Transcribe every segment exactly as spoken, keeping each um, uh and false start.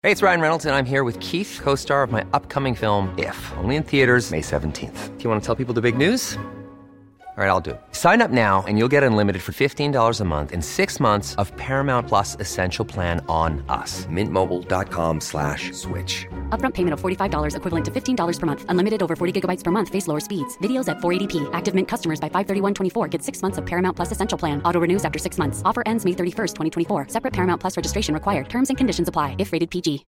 Hey, it's Ryan Reynolds, and I'm here with Keith, co-star of my upcoming film, If, only in theaters May seventeenth. Do you want to tell people the big news? All right, I'll do it. Sign up now and you'll get unlimited for fifteen dollars a month and six months of Paramount Plus Essential Plan on us. Mint Mobile dot com slash switch. Upfront payment of forty-five dollars equivalent to fifteen dollars per month. Unlimited over forty gigabytes per month. Face lower speeds. Videos at four eighty p. Active Mint customers by five thirty-one twenty-four get six months of Paramount Plus Essential Plan. Auto renews after six months. Offer ends May thirty-first, twenty twenty-four. Separate Paramount Plus registration required. Terms and conditions apply if rated P G.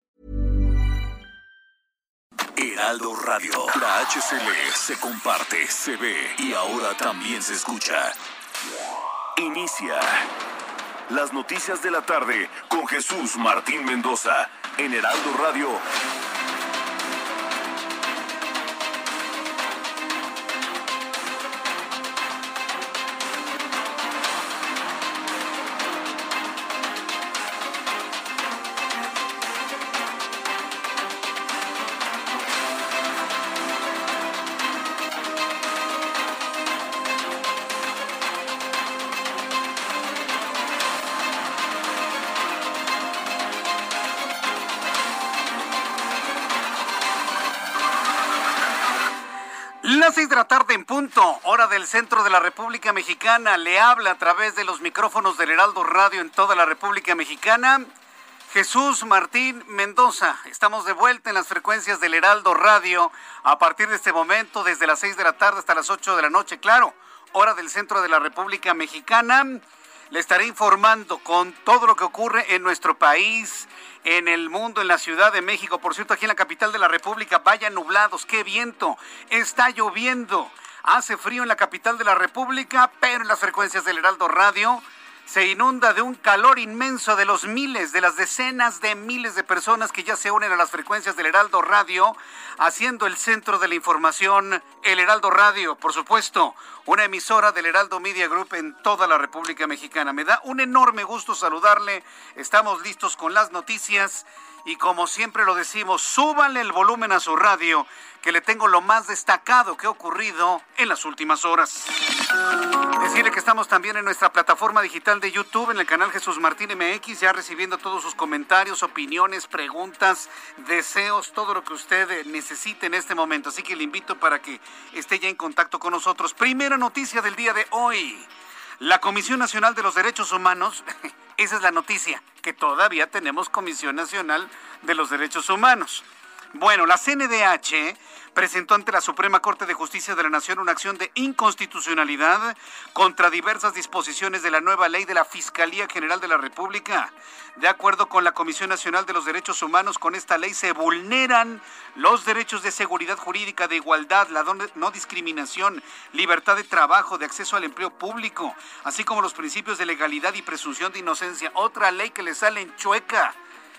Heraldo Radio. La H C L se comparte, se ve y ahora también se escucha. Inicia las noticias de la tarde con Jesús Martín Mendoza en Heraldo Radio. Las seis de la tarde en punto, hora del centro de la República Mexicana. Le habla a través de los micrófonos del Heraldo Radio en toda la República Mexicana Jesús Martín Mendoza. Estamos de vuelta en las frecuencias del Heraldo Radio a partir de este momento, desde las seis de la tarde hasta las ocho de la noche, claro, hora del centro de la República Mexicana. Le estaré informando con todo lo que ocurre en nuestro país, en el mundo, en la Ciudad de México. Por cierto, aquí en la capital de la República, vaya nublados, qué viento, está lloviendo, hace frío en la capital de la República, pero en las frecuencias del Heraldo Radio se inunda de un calor inmenso de los miles, de las decenas de miles de personas que ya se unen a las frecuencias del Heraldo Radio, haciendo el centro de la información, el Heraldo Radio, por supuesto, una emisora del Heraldo Media Group en toda la República Mexicana. Me da un enorme gusto saludarle, estamos listos con las noticias y como siempre lo decimos, súbanle el volumen a su radio, que le tengo lo más destacado que ha ocurrido en las últimas horas. Decirle que estamos también en nuestra plataforma digital de YouTube, en el canal Jesús Martín M X, ya recibiendo todos sus comentarios, opiniones, preguntas, deseos, todo lo que usted necesite en este momento. Así que le invito para que esté ya en contacto con nosotros. Primera noticia del día de hoy. La Comisión Nacional de los Derechos Humanos, esa es la noticia, que todavía tenemos Comisión Nacional de los Derechos Humanos. Bueno, la C N D H presentó ante la Suprema Corte de Justicia de la Nación una acción de inconstitucionalidad contra diversas disposiciones de la nueva ley de la Fiscalía General de la República. De acuerdo con la Comisión Nacional de los Derechos Humanos, con esta ley se vulneran los derechos de seguridad jurídica, de igualdad, la no discriminación, libertad de trabajo, de acceso al empleo público, así como los principios de legalidad y presunción de inocencia. Otra ley que le sale en chueca.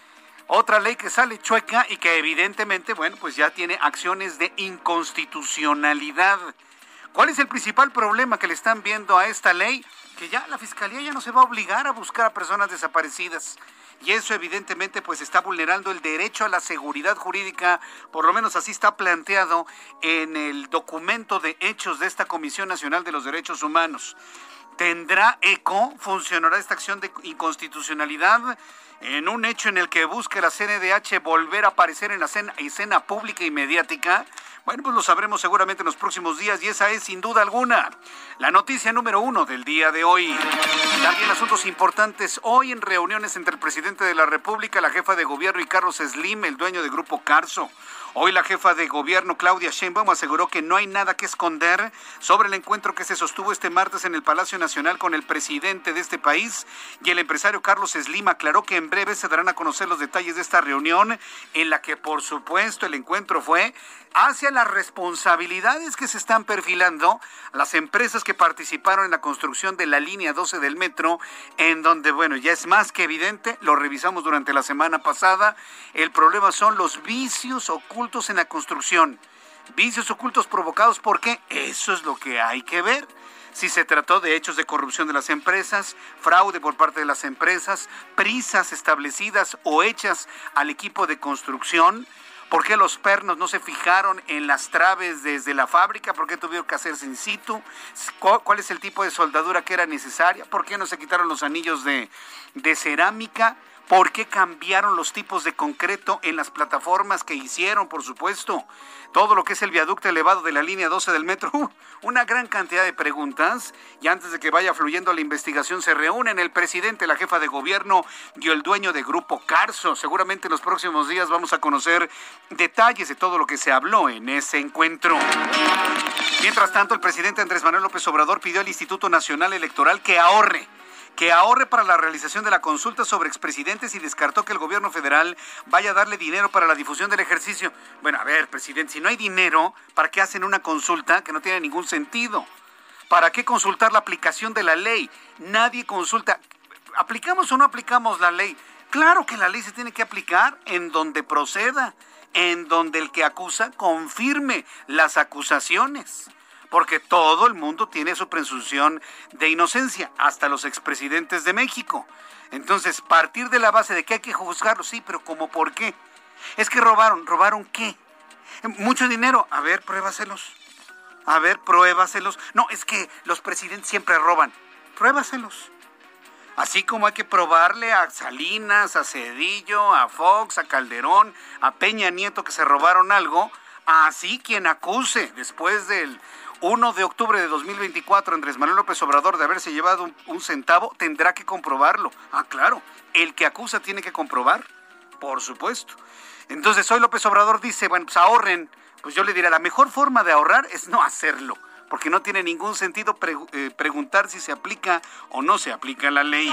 Otra ley que sale chueca y que evidentemente, bueno, pues ya tiene acciones de inconstitucionalidad. ¿Cuál es el principal problema que le están viendo a esta ley? Que ya la Fiscalía ya no se va a obligar a buscar a personas desaparecidas. Y eso evidentemente pues está vulnerando el derecho a la seguridad jurídica, por lo menos así está planteado en el documento de hechos de esta Comisión Nacional de los Derechos Humanos. ¿Tendrá eco? ¿Funcionará esta acción de inconstitucionalidad en un hecho en el que busque la C N D H volver a aparecer en la escena, escena pública y mediática? Bueno, pues lo sabremos seguramente en los próximos días y esa es sin duda alguna la noticia número uno del día de hoy. También asuntos importantes hoy en reuniones entre el presidente de la República, la jefa de gobierno y Carlos Slim, el dueño de Grupo Carso. Hoy la jefa de gobierno, Claudia Sheinbaum, aseguró que no hay nada que esconder sobre el encuentro que se sostuvo este martes en el Palacio Nacional con el presidente de este país, y el empresario Carlos Slim aclaró que en breve se darán a conocer los detalles de esta reunión, en la que por supuesto el encuentro fue hacia las responsabilidades que se están perfilando a las empresas que participaron en la construcción de la línea doce del metro, en donde, bueno, ya es más que evidente, lo revisamos durante la semana pasada, el problema son los vicios ocultos en la construcción. Vicios ocultos provocados por qué, eso es lo que hay que ver. Si se trató de hechos de corrupción de las empresas, fraude por parte de las empresas, prisas establecidas o hechas al equipo de construcción. ¿Por qué los pernos no se fijaron en las traves desde la fábrica? ¿Por qué tuvieron que hacerse in situ? ¿Cuál es el tipo de soldadura que era necesaria? ¿Por qué no se quitaron los anillos de, de cerámica? ¿Por qué cambiaron los tipos de concreto en las plataformas que hicieron? Por supuesto, todo lo que es el viaducto elevado de la línea doce del metro, uh, una gran cantidad de preguntas. Y antes de que vaya fluyendo la investigación, se reúnen el presidente, la jefa de gobierno y el dueño de Grupo Carso. Seguramente en los próximos días vamos a conocer detalles de todo lo que se habló en ese encuentro. Mientras tanto, el presidente Andrés Manuel López Obrador pidió al Instituto Nacional Electoral que ahorre. que ahorre para la realización de la consulta sobre expresidentes y descartó que el gobierno federal vaya a darle dinero para la difusión del ejercicio. Bueno, a ver, presidente, si no hay dinero, ¿para qué hacen una consulta que no tiene ningún sentido? ¿Para qué consultar la aplicación de la ley? Nadie consulta. ¿Aplicamos o no aplicamos la ley? Claro que la ley se tiene que aplicar en donde proceda, en donde el que acusa confirme las acusaciones. Porque todo el mundo tiene su presunción de inocencia, hasta los expresidentes de México. Entonces, partir de la base de que hay que juzgarlos, sí, pero ¿cómo por qué? Es que robaron, ¿robaron qué? Mucho dinero, a ver, pruébaselos. A ver, pruébaselos. No, es que los presidentes siempre roban, pruébaselos. Así como hay que probarle a Salinas, a Cedillo, a Fox, a Calderón, a Peña Nieto que se robaron algo, así quien acuse después del primero de octubre de dos mil veinticuatro, Andrés Manuel López Obrador, de haberse llevado un, un centavo, tendrá que comprobarlo. Ah, claro, el que acusa tiene que comprobar, por supuesto. Entonces, hoy López Obrador dice, bueno, pues ahorren. Pues yo le diré, la mejor forma de ahorrar es no hacerlo, porque no tiene ningún sentido pre- eh, preguntar si se aplica o no se aplica la ley.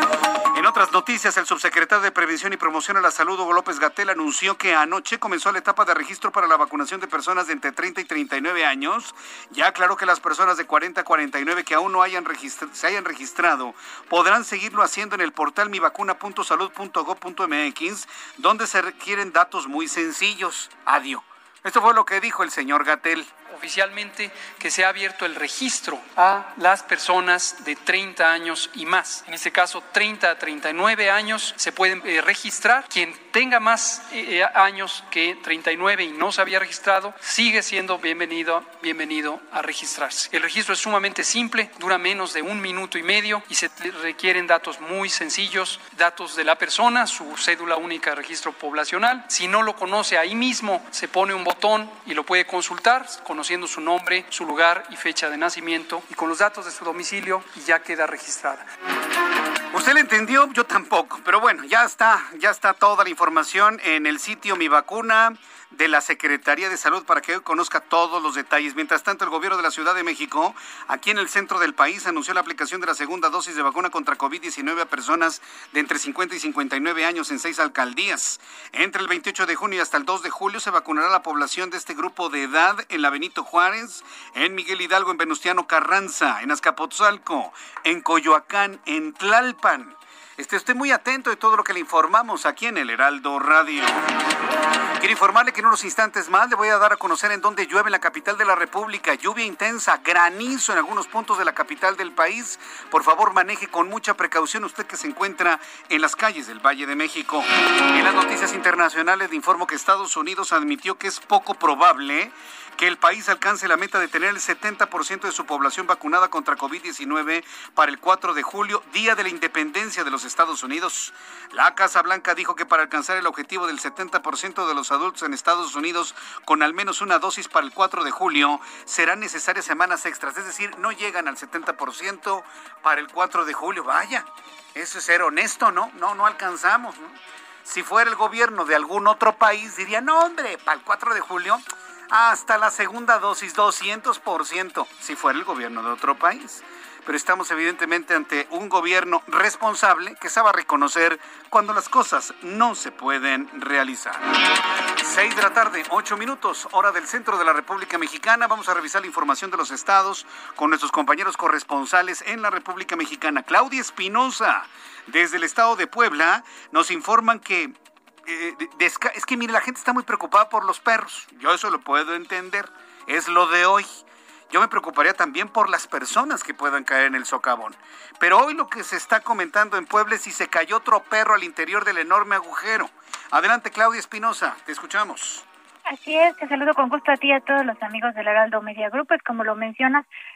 En otras noticias, el subsecretario de Prevención y Promoción a la Salud, Hugo López-Gatell, anunció que anoche comenzó la etapa de registro para la vacunación de personas de entre treinta y treinta y nueve años. Ya aclaró que las personas de cuarenta a cuarenta y nueve que aún no hayan registra- se hayan registrado podrán seguirlo haciendo en el portal mi vacuna punto salud punto gob punto eme equis, donde se requieren datos muy sencillos. Adiós. Esto fue lo que dijo el señor Gatell. Oficialmente que se ha abierto el registro a las personas de treinta años y más. En este caso, treinta a treinta y nueve años se pueden eh, registrar. Quien tenga más eh, años que treinta y nueve y no se había registrado, sigue siendo bienvenido, bienvenido a registrarse. El registro es sumamente simple, dura menos de un minuto y medio y se requieren datos muy sencillos, datos de la persona, su cédula única de registro poblacional. Si no lo conoce, ahí mismo se pone un botón y lo puede consultar, conociendo su nombre, su lugar y fecha de nacimiento y con los datos de su domicilio y ya queda registrada. ¿Usted le entendió? Yo tampoco, pero bueno, ya está, ya está toda la información en el sitio Mi Vacuna de la Secretaría de Salud para que conozca todos los detalles. Mientras tanto, el gobierno de la Ciudad de México, aquí en el centro del país, anunció la aplicación de la segunda dosis de vacuna contra covid diecinueve a personas de entre cincuenta y cincuenta y nueve años en seis alcaldías. Entre el veintiocho de junio y hasta el dos de julio se vacunará la población de este grupo de edad en la Benito Juárez, en Miguel Hidalgo, en Venustiano Carranza, en Azcapotzalco, en Coyoacán, en Tlalpan. Esté usted muy atento de todo lo que le informamos aquí en el Heraldo Radio. Quiero informarle que en unos instantes más le voy a dar a conocer en dónde llueve en la capital de la República. Lluvia intensa, granizo en algunos puntos de la capital del país. Por favor, maneje con mucha precaución usted que se encuentra en las calles del Valle de México. En las noticias internacionales le informo que Estados Unidos admitió que es poco probable que el país alcance la meta de tener el setenta por ciento de su población vacunada contra covid diecinueve para el cuatro de julio, Día de la Independencia de los Estados Unidos. La Casa Blanca dijo que para alcanzar el objetivo del setenta por ciento de los adultos en Estados Unidos con al menos una dosis para el cuatro de julio, serán necesarias semanas extras. Es decir, no llegan al setenta por ciento para el cuatro de julio. Vaya, eso es ser honesto, ¿no? No, no alcanzamos, ¿no? Si fuera el gobierno de algún otro país, diría, no, hombre, para el cuatro de julio... hasta la segunda dosis, doscientos por ciento, si fuera el gobierno de otro país. Pero estamos evidentemente ante un gobierno responsable que sabe reconocer cuando las cosas no se pueden realizar. seis de la tarde, ocho minutos, hora del centro de la República Mexicana. Vamos a revisar la información de los estados con nuestros compañeros corresponsales en la República Mexicana. Claudia Espinosa, desde el estado de Puebla, nos informan que Eh, desca- es que mire, la gente está muy preocupada por los perros. Yo eso lo puedo entender, es lo de hoy. Yo me preocuparía también por las personas que puedan caer en el socavón. Pero hoy lo que se está comentando en Puebla es si se cayó otro perro al interior del enorme agujero. Adelante, Claudia Espinosa, te escuchamos. Así es, te saludo con gusto a ti y a todos los amigos del Heraldo Media Group. Pues como lo mencionas,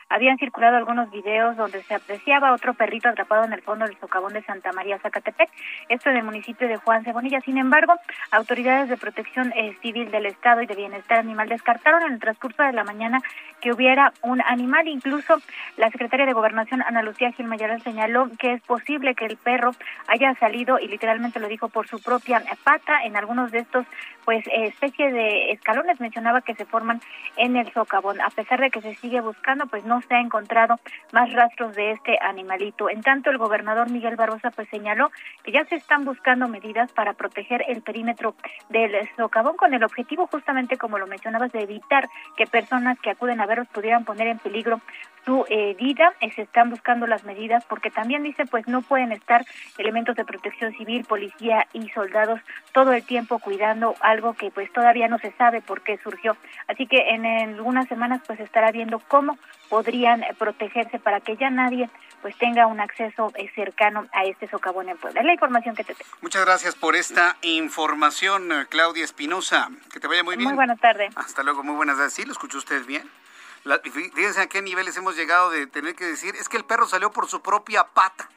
habían circulado algunos videos donde se apreciaba otro perrito atrapado en el fondo del socavón de Santa María Zacatepec, esto en el municipio de Juan Cebonilla. Sin embargo, autoridades de protección eh, civil del Estado y de bienestar animal descartaron en el transcurso de la mañana que hubiera un animal. Incluso la secretaria de Gobernación, Ana Lucía Gil Mayoral, señaló que es posible que el perro haya salido, y literalmente lo dijo, por su propia pata en algunos de estos pues eh, especie de escalones, mencionaba, que se forman en el socavón. A pesar de que se sigue buscando, pues no se ha encontrado más rastros de este animalito. En tanto, el gobernador Miguel Barbosa pues señaló que ya se están buscando medidas para proteger el perímetro del socavón con el objetivo, justamente como lo mencionabas, de evitar que personas que acuden a verlos pudieran poner en peligro su eh, vida. Eh, se están buscando las medidas porque también dice pues no pueden estar elementos de protección civil, policía y soldados todo el tiempo cuidando algo que pues todavía no se sabe por qué surgió. Así que en, en algunas semanas pues estará viendo cómo podrían eh, protegerse para que ya nadie pues tenga un acceso eh, cercano a este socavón en Puebla. Es la información que te tengo. Muchas gracias por esta información, Claudia Espinosa. Que te vaya muy bien. Muy buena tarde. Hasta luego, muy buenas tardes. ¿Sí lo escuchó usted bien? La, fíjense a qué niveles hemos llegado de tener que decir, es que el perro salió por su propia pata.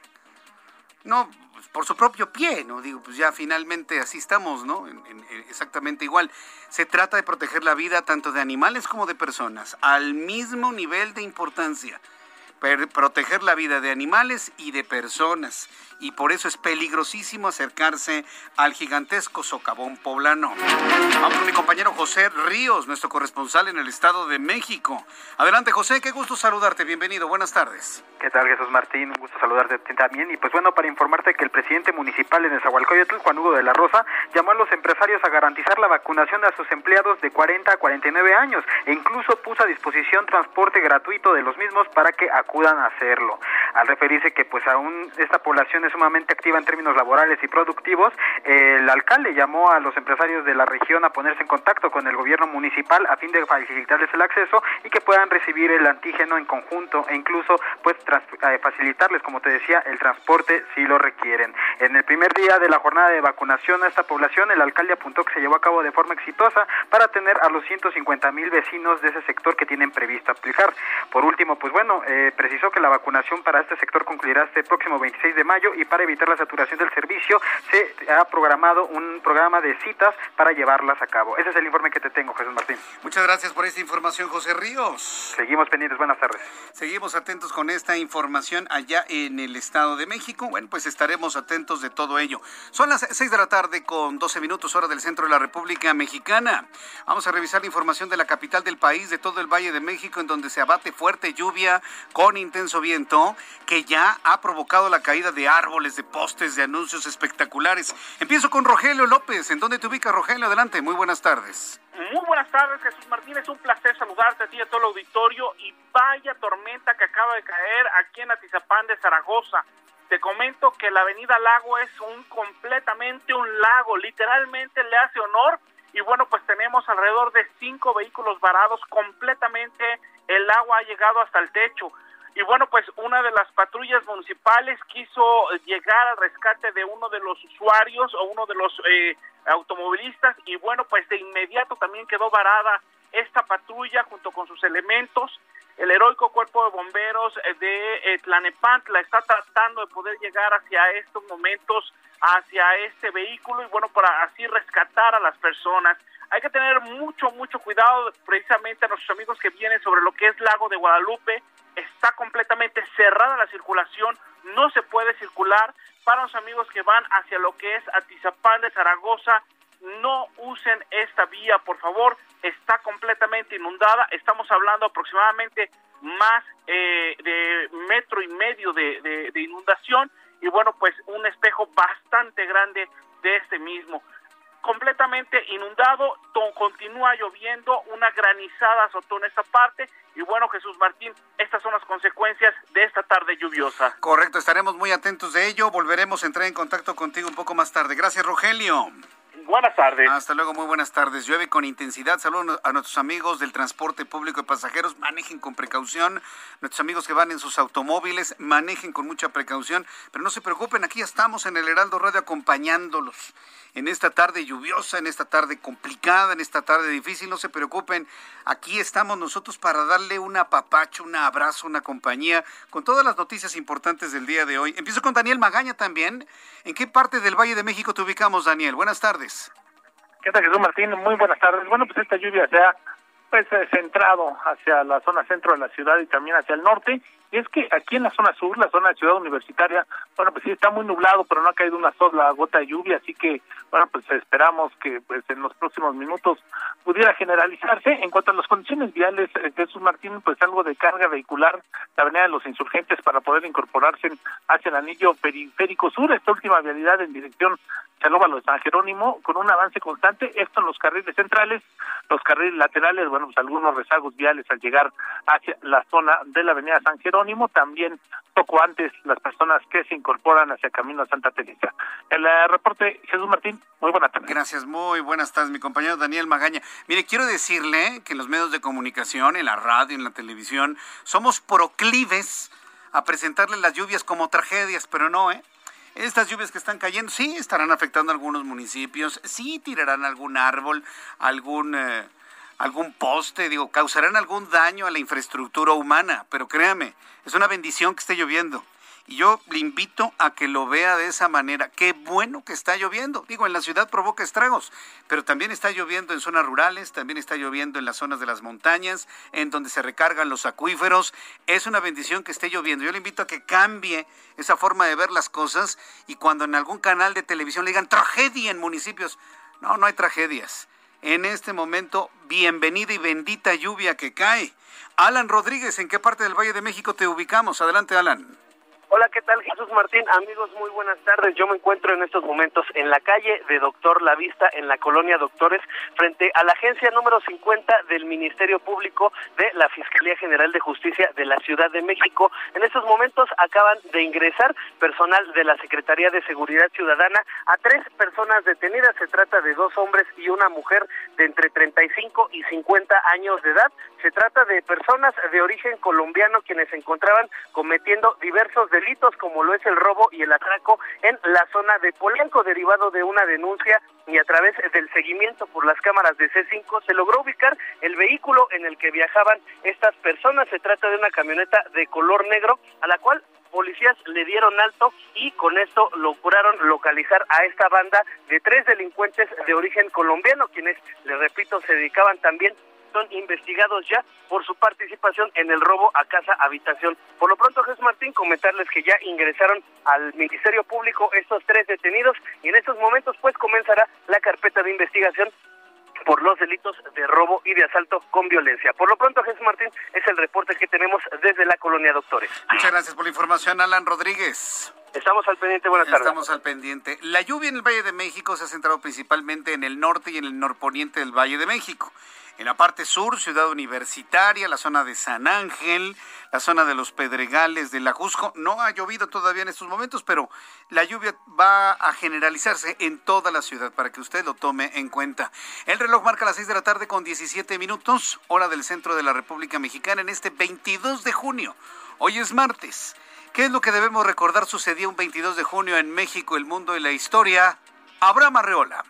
No, pues por su propio pie, ¿no? Digo, pues ya finalmente así estamos, ¿no? En, en, exactamente igual. Se trata de proteger la vida tanto de animales como de personas, al mismo nivel de importancia. Per- proteger la vida de animales y de personas. Y por eso es peligrosísimo acercarse al gigantesco socavón poblano. Vamos con mi compañero José Ríos, nuestro corresponsal en el Estado de México. Adelante, José, qué gusto saludarte. Bienvenido, buenas tardes. ¿Qué tal, Jesús Martín? Un gusto saludarte también. Y pues bueno, para informarte que el presidente municipal en Nezahualcóyotl, Juan Hugo de la Rosa, llamó a los empresarios a garantizar la vacunación a sus empleados de cuarenta a cuarenta y nueve años e incluso puso a disposición transporte gratuito de los mismos para que acudan a hacerlo. Al referirse que pues aún esta población es sumamente activa en términos laborales y productivos, el alcalde llamó a los empresarios de la región a ponerse en contacto con el gobierno municipal a fin de facilitarles el acceso y que puedan recibir el antígeno en conjunto e incluso pues trans, eh, facilitarles, como te decía, el transporte si lo requieren. En el primer día de la jornada de vacunación a esta población, el alcalde apuntó que se llevó a cabo de forma exitosa para atender a los ciento cincuenta mil vecinos de ese sector que tienen previsto aplicar. Por último, pues bueno, eh, precisó que la vacunación para este sector concluirá este próximo veintiséis de mayo y para evitar la saturación del servicio se ha programado un programa de citas para llevarlas a cabo. Ese es el informe que te tengo, Jesús Martín. Muchas gracias por esta información, José Ríos. Seguimos pendientes, buenas tardes. Seguimos atentos con esta información allá en el Estado de México. Bueno, pues estaremos atentos de todo ello. Son las seis de la tarde con doce minutos, hora del centro de la República Mexicana. Vamos a revisar la información de la capital del país, de todo el Valle de México, en donde se abate fuerte lluvia con intenso viento que ya ha provocado la caída de árboles, de postes, de anuncios espectaculares. Empiezo con Rogelio López. ¿En dónde te ubicas, Rogelio? Adelante, muy buenas tardes. Muy buenas tardes, Jesús Martín. Es un placer saludarte a ti y a todo el auditorio. Y vaya tormenta que acaba de caer aquí en Atizapán de Zaragoza. Te comento que la avenida Lago es un completamente un lago, literalmente le hace honor. Y bueno, pues tenemos alrededor de cinco vehículos varados, completamente el agua ha llegado hasta el techo. Y bueno, pues una de las patrullas municipales quiso llegar al rescate de uno de los usuarios o uno de los eh, automovilistas y bueno, pues de inmediato también quedó varada esta patrulla junto con sus elementos. El heroico cuerpo de bomberos de eh, Tlanepantla está tratando de poder llegar hacia estos momentos, hacia este vehículo y bueno, para así rescatar a las personas. Hay que tener mucho, mucho cuidado precisamente a nuestros amigos que vienen sobre lo que es Lago de Guadalupe. Está completamente cerrada la circulación, no se puede circular. Para los amigos que van hacia lo que es Atizapán de Zaragoza, no usen esta vía, por favor, está completamente inundada. Estamos hablando aproximadamente más eh, de metro y medio de, de, de inundación y bueno, pues un espejo bastante grande de este mismo. Completamente inundado, to- continúa lloviendo, una granizada azotó en esta parte y bueno, Jesús Martín, estas son las consecuencias de esta tarde lluviosa. Correcto, estaremos muy atentos de ello, volveremos a entrar en contacto contigo un poco más tarde. Gracias, Rogelio. Buenas tardes. Hasta luego, muy buenas tardes. Llueve con intensidad. Saludos a nuestros amigos del transporte público de pasajeros. Manejen con precaución. Nuestros amigos que van en sus automóviles, manejen con mucha precaución. Pero no se preocupen, aquí ya estamos en el Heraldo Radio acompañándolos. En esta tarde lluviosa, en esta tarde complicada, en esta tarde difícil, no se preocupen. Aquí estamos nosotros para darle un apapacho, un abrazo, una compañía, con todas las noticias importantes del día de hoy. Empiezo con Daniel Magaña también. ¿En qué parte del Valle de México te ubicamos, Daniel? Buenas tardes. ¿Qué tal, Jesús Martín? Muy buenas tardes. Bueno, pues esta lluvia se ha pues, eh, centrado hacia la zona centro de la ciudad y también hacia el norte. Y es que aquí en la zona sur, la zona de Ciudad Universitaria, bueno, pues sí está muy nublado, pero no ha caído una sola gota de lluvia, así que, bueno, pues esperamos que pues en los próximos minutos pudiera generalizarse. En cuanto a las condiciones viales, eh, Jesús Martín, pues algo de carga vehicular, la avenida de los Insurgentes para poder incorporarse hacia el anillo periférico sur, esta última vialidad en dirección Chalóbalo de San Jerónimo, con un avance constante, esto en los carriles centrales, los carriles laterales, bueno, pues algunos rezagos viales al llegar hacia la zona de la avenida San Jerónimo, también poco antes las personas que se incorporan hacia Camino a Santa Teresa. El uh, reporte, Jesús Martín, muy buenas tardes. Gracias, muy buenas tardes, mi compañero Daniel Magaña. Mire, quiero decirle que en los medios de comunicación, en la radio, en la televisión, somos proclives a presentarle las lluvias como tragedias, pero no, ¿eh? Estas lluvias que están cayendo, sí, estarán afectando a algunos municipios, sí tirarán algún árbol, algún... Eh, algún poste, digo, causarán algún daño a la infraestructura humana, pero créame, es una bendición que esté lloviendo. Y yo le invito a que lo vea de esa manera. Qué bueno que está lloviendo. Digo, en la ciudad provoca estragos, pero también está lloviendo en zonas rurales, también está lloviendo en las zonas de las montañas, en donde se recargan los acuíferos. Es una bendición que esté lloviendo. Yo le invito a que cambie esa forma de ver las cosas y cuando en algún canal de televisión le digan tragedia en municipios, no, no hay tragedias. En este momento, bienvenida y bendita lluvia que cae. Alan Rodríguez, ¿en qué parte del Valle de México te ubicamos? Adelante, Alan. Hola, ¿qué tal, Jesús Martín? Amigos, muy buenas tardes. Yo me encuentro en estos momentos en la calle de Doctor Lavista, en la colonia Doctores, frente a la agencia número cincuenta del Ministerio Público de la Fiscalía General de Justicia de la Ciudad de México. En estos momentos acaban de ingresar personal de la Secretaría de Seguridad Ciudadana a tres personas detenidas. Se trata de dos hombres y una mujer de entre treinta y cinco y cincuenta años de edad. Se trata de personas de origen colombiano quienes se encontraban cometiendo diversos delitos delitos como lo es el robo y el atraco en la zona de Polanco, derivado de una denuncia y a través del seguimiento por las cámaras de C cinco se logró ubicar el vehículo en el que viajaban estas personas. Se trata de una camioneta de color negro a la cual policías le dieron alto y con esto lograron localizar a esta banda de tres delincuentes de origen colombiano, quienes, les repito, se dedicaban también son investigados ya por su participación en el robo a casa habitación. Por lo pronto, Jesús Martín, comentarles que ya ingresaron al Ministerio Público estos tres detenidos y en estos momentos pues comenzará la carpeta de investigación por los delitos de robo y de asalto con violencia. Por lo pronto, Jesús Martín, es el reporte que tenemos desde la colonia Doctores. Muchas gracias por la información, Alan Rodríguez. Estamos al pendiente, buenas tardes. Estamos al pendiente. La lluvia en el Valle de México se ha centrado principalmente en el norte y en el norponiente del Valle de México. En la parte sur, Ciudad Universitaria, la zona de San Ángel, la zona de los Pedregales, del Ajusco, no ha llovido todavía en estos momentos, pero la lluvia va a generalizarse en toda la ciudad para que usted lo tome en cuenta. El reloj marca las seis de la tarde con diecisiete minutos, hora del centro de la República Mexicana, en este veintidós de junio. Hoy es martes. ¿Qué es lo que debemos recordar sucedió un veintidós de junio en México, el mundo y la historia? Abraham Arreola.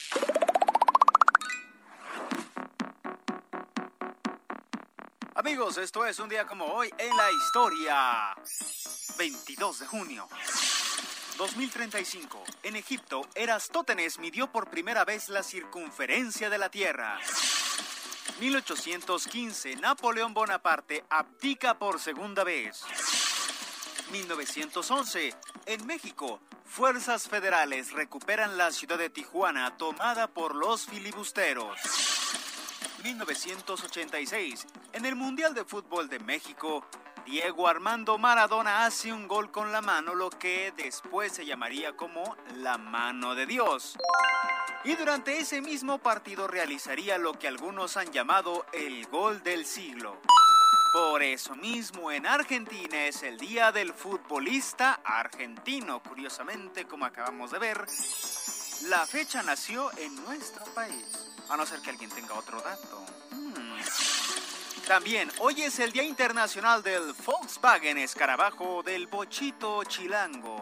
Amigos, esto es un día como hoy en la historia. veintidós de junio. dos mil treinta y cinco. En Egipto, Erastótenes midió por primera vez la circunferencia de la Tierra. mil ochocientos quince. Napoleón Bonaparte abdica por segunda vez. mil novecientos once. En México, fuerzas federales recuperan la ciudad de Tijuana tomada por los filibusteros. mil novecientos ochenta y seis. En el Mundial de Fútbol de México, Diego Armando Maradona hace un gol con la mano, lo que después se llamaría como la mano de Dios. Y durante ese mismo partido realizaría lo que algunos han llamado el gol del siglo. Por eso mismo, en Argentina es el Día del Futbolista Argentino. Curiosamente, como acabamos de ver, La fecha nació en nuestro país, a no ser que alguien tenga otro dato. Hmm. También, hoy es el Día Internacional del Volkswagen Escarabajo del Bochito Chilango.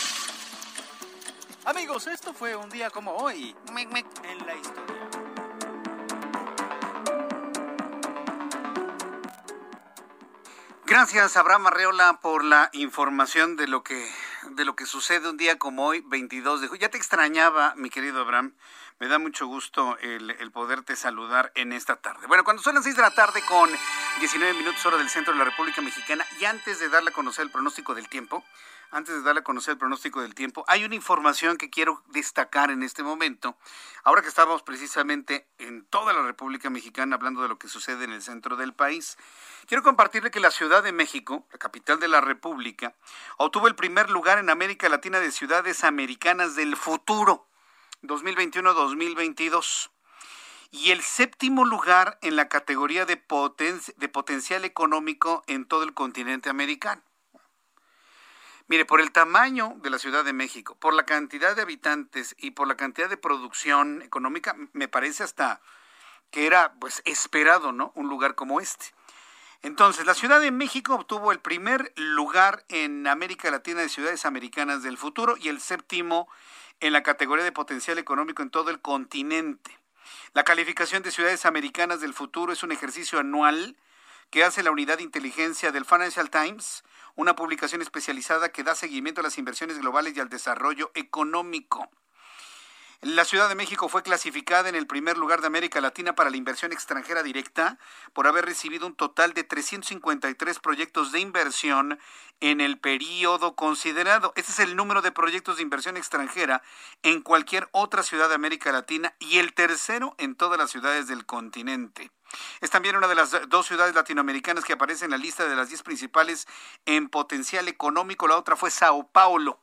Amigos, esto fue un día como hoy en la historia. Gracias, Abraham Arreola, por la información de lo que de lo que sucede un día como hoy, veintidós de junio. Ya te extrañaba, mi querido Abraham. Me da mucho gusto el, el poderte saludar en esta tarde. Bueno, cuando son las seis de la tarde con diecinueve minutos hora del centro de la República Mexicana, y antes de darle a conocer el pronóstico del tiempo, antes de darle a conocer el pronóstico del tiempo, hay una información que quiero destacar en este momento. Ahora que estamos precisamente en toda la República Mexicana hablando de lo que sucede en el centro del país, quiero compartirle que la Ciudad de México, la capital de la República, obtuvo el primer lugar en América Latina de ciudades americanas del futuro, dos mil veintiuno a dos mil veintidós. Y el séptimo lugar en la categoría de, poten- de potencial económico en todo el continente americano. Mire, por el tamaño de la Ciudad de México, por la cantidad de habitantes y por la cantidad de producción económica, me parece hasta que era pues esperado, ¿no?, un lugar como este. Entonces, la Ciudad de México obtuvo el primer lugar en América Latina de ciudades americanas del futuro y el séptimo en la categoría de potencial económico en todo el continente. La calificación de ciudades americanas del futuro es un ejercicio anual que hace la unidad de inteligencia del Financial Times, una publicación especializada que da seguimiento a las inversiones globales y al desarrollo económico. La Ciudad de México fue clasificada en el primer lugar de América Latina para la inversión extranjera directa por haber recibido un total de trescientos cincuenta y tres proyectos de inversión en el periodo considerado. Este es el número de proyectos de inversión extranjera en cualquier otra ciudad de América Latina y el tercero en todas las ciudades del continente. Es también una de las dos ciudades latinoamericanas que aparece en la lista de las diez principales en potencial económico. La otra fue Sao Paulo.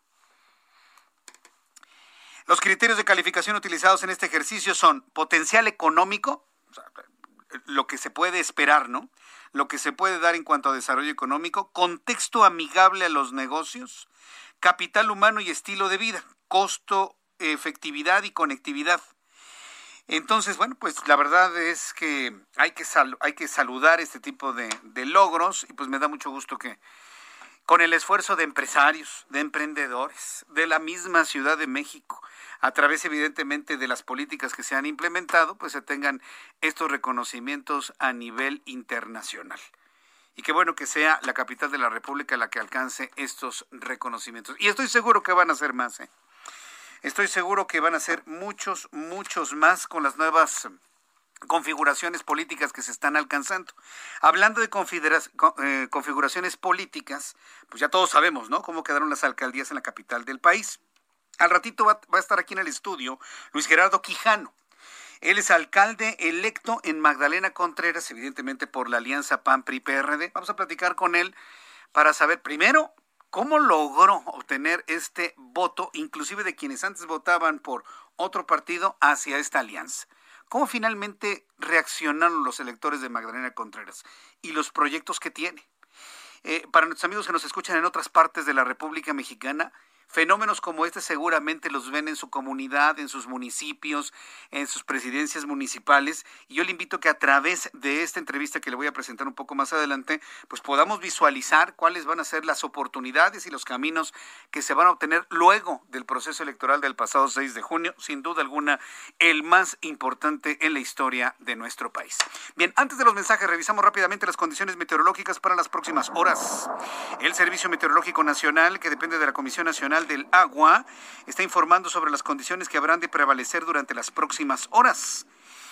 Los criterios de calificación utilizados en este ejercicio son potencial económico, o sea, lo que se puede esperar, ¿no? Lo que se puede dar en cuanto a desarrollo económico, contexto amigable a los negocios, capital humano y estilo de vida, costo, efectividad y conectividad. Entonces, bueno, pues la verdad es que hay que, sal- hay que saludar este tipo de, de logros y pues me da mucho gusto que con el esfuerzo de empresarios, de emprendedores, de la misma Ciudad de México, a través evidentemente de las políticas que se han implementado, pues se tengan estos reconocimientos a nivel internacional. Y qué bueno que sea la capital de la República la que alcance estos reconocimientos. Y estoy seguro que van a ser más, ¿eh? Estoy seguro que van a ser muchos, muchos más con las nuevas configuraciones políticas que se están alcanzando. Hablando de configura- eh, configuraciones políticas, pues ya todos sabemos, ¿no?, cómo quedaron las alcaldías en la capital del país. Al ratito va, va a estar aquí en el estudio Luis Gerardo Quijano. Él es alcalde electo en Magdalena Contreras, evidentemente por la alianza P A N P R I P R D. Vamos a platicar con él para saber, primero, cómo logró obtener este voto, inclusive de quienes antes votaban por otro partido, hacia esta alianza. ¿Cómo finalmente reaccionaron los electores de Magdalena Contreras y los proyectos que tiene? Eh, para nuestros amigos que nos escuchan en otras partes de la República Mexicana, fenómenos como este seguramente los ven en su comunidad, en sus municipios, en sus presidencias municipales. Y yo le invito a que a través de esta entrevista que le voy a presentar un poco más adelante, pues podamos visualizar cuáles van a ser las oportunidades y los caminos que se van a obtener luego del proceso electoral del pasado seis de junio. Sin duda alguna, el más importante en la historia de nuestro país. Bien, antes de los mensajes, revisamos rápidamente las condiciones meteorológicas para las próximas horas. El Servicio Meteorológico Nacional, que depende de la Comisión Nacional del Agua, está informando sobre las condiciones que habrán de prevalecer durante las próximas horas.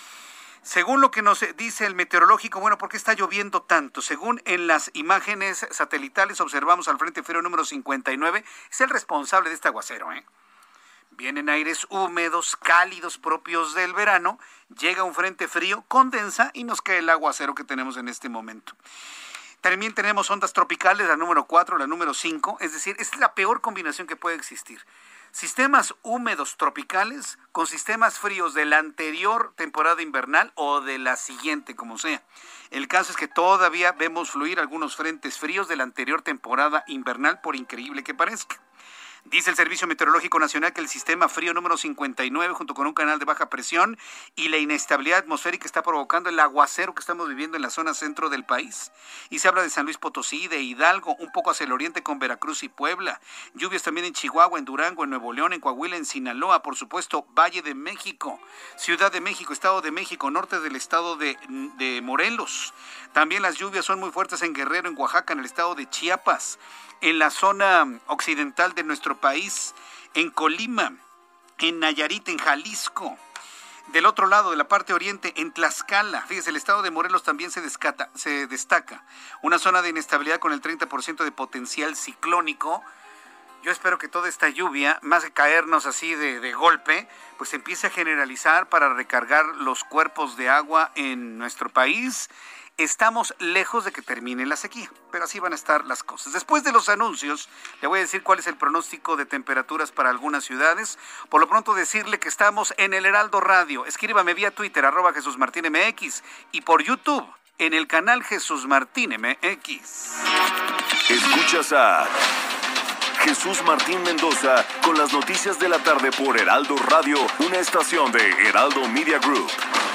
Según lo que nos dice el meteorológico, bueno, ¿por qué está lloviendo tanto? Según en las imágenes satelitales observamos al Frente Frío número cincuenta y nueve, es el responsable de este aguacero, ¿eh? Vienen aires húmedos, cálidos propios del verano, llega un frente frío, condensa y nos cae el aguacero que tenemos en este momento. También tenemos ondas tropicales, la número cuatro, la número cinco, es decir, esta es la peor combinación que puede existir. Sistemas húmedos tropicales con sistemas fríos de la anterior temporada invernal o de la siguiente, como sea. El caso es que todavía vemos fluir algunos frentes fríos de la anterior temporada invernal, por increíble que parezca. Dice el Servicio Meteorológico Nacional que el sistema frío número cincuenta y nueve, junto con un canal de baja presión y la inestabilidad atmosférica, está provocando el aguacero que estamos viviendo en la zona centro del país. Y se habla de San Luis Potosí, de Hidalgo, un poco hacia el oriente con Veracruz y Puebla. Lluvias también en Chihuahua, en Durango, en Nuevo León, en Coahuila, en Sinaloa, por supuesto, Valle de México, Ciudad de México, Estado de México, norte del estado de, de Morelos. También las lluvias son muy fuertes en Guerrero, en Oaxaca, en el estado de Chiapas, en la zona occidental de nuestro país, en Colima, en Nayarit, en Jalisco. Del otro lado, de la parte oriente, en Tlaxcala. Fíjese, el estado de Morelos también se, descata, se destaca. Una zona de inestabilidad con el treinta por ciento de potencial ciclónico. Yo espero que toda esta lluvia, más que caernos así de, de golpe, pues empiece a generalizar para recargar los cuerpos de agua en nuestro país. Estamos lejos de que termine la sequía, pero así van a estar las cosas. Después de los anuncios, le voy a decir cuál es el pronóstico de temperaturas para algunas ciudades. Por lo pronto, decirle que estamos en el Heraldo Radio. Escríbame vía Twitter, arroba Jesús Martín M X, y por YouTube, en el canal Jesús Martín M X. Escuchas a Jesús Martín Mendoza con las noticias de la tarde por Heraldo Radio, una estación de Heraldo Media Group.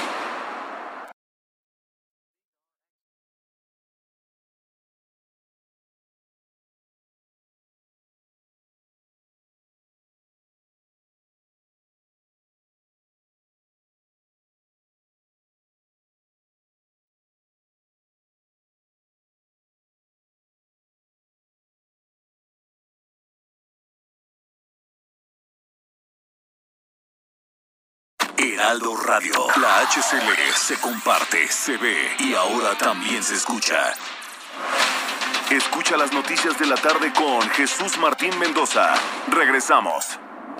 Heraldo Radio, la H C L se comparte, se ve y ahora también se escucha. Escucha las noticias de la tarde con Jesús Martín Mendoza. Regresamos.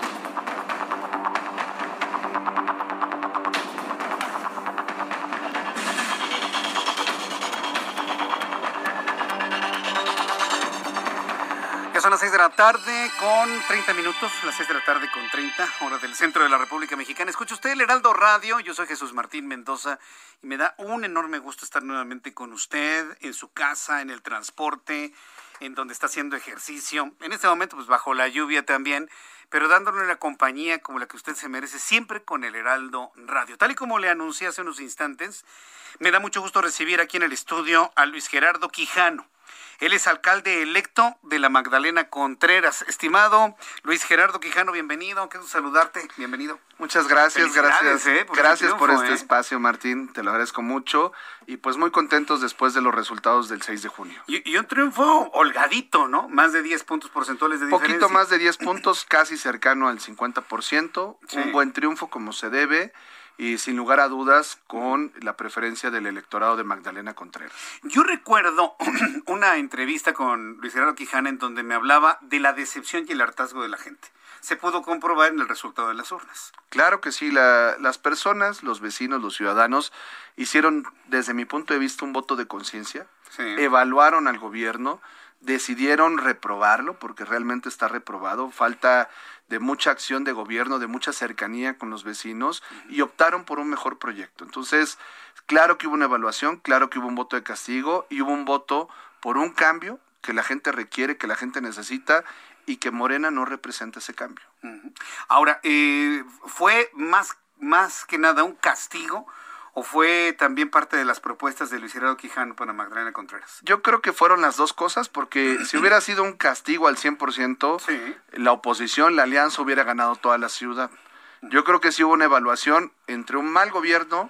Son las seis de la tarde con treinta minutos, las seis de la tarde con treinta, hora del centro de la República Mexicana. Escucha usted el Heraldo Radio, yo soy Jesús Martín Mendoza y me da un enorme gusto estar nuevamente con usted en su casa, en el transporte, en donde está haciendo ejercicio. En este momento, pues bajo la lluvia también, pero dándole una compañía como la que usted se merece, siempre con el Heraldo Radio. Tal y como le anuncié hace unos instantes, me da mucho gusto recibir aquí en el estudio a Luis Gerardo Quijano. Él es alcalde electo de la Magdalena Contreras. Estimado Luis Gerardo Quijano, bienvenido. Qué gusto saludarte. Bienvenido. Muchas gracias, gracias. Eh, por gracias triunfo, por este eh. espacio, Martín. Te lo agradezco mucho. Y pues muy contentos después de los resultados del seis de junio. Y, y un triunfo holgadito, ¿no? Más de diez puntos porcentuales de diferencia. Poquito más de diez puntos, casi cercano al cincuenta por ciento. Sí. Un buen triunfo como se debe. Y sin lugar a dudas con la preferencia del electorado de Magdalena Contreras. Yo recuerdo una entrevista con Luis Gerardo Quijano en donde me hablaba de la decepción y el hartazgo de la gente. Se pudo comprobar en el resultado de las urnas. Claro que sí, la, las personas, los vecinos, los ciudadanos hicieron desde mi punto de vista un voto de conciencia, sí. Evaluaron al gobierno, decidieron reprobarlo porque realmente está reprobado, falta de mucha acción de gobierno, de mucha cercanía con los vecinos y optaron por un mejor proyecto. Entonces, claro que hubo una evaluación, claro que hubo un voto de castigo y hubo un voto por un cambio que la gente requiere, que la gente necesita y que Morena no representa ese cambio. Ahora, eh, ¿fue más, más que nada un castigo o fue también parte de las propuestas de Luis Gerardo Quijano para Magdalena Contreras? Yo creo que fueron las dos cosas, porque si hubiera sido un castigo al cien por ciento, sí. La oposición, la alianza hubiera ganado toda la ciudad. Yo creo que sí hubo una evaluación entre un mal gobierno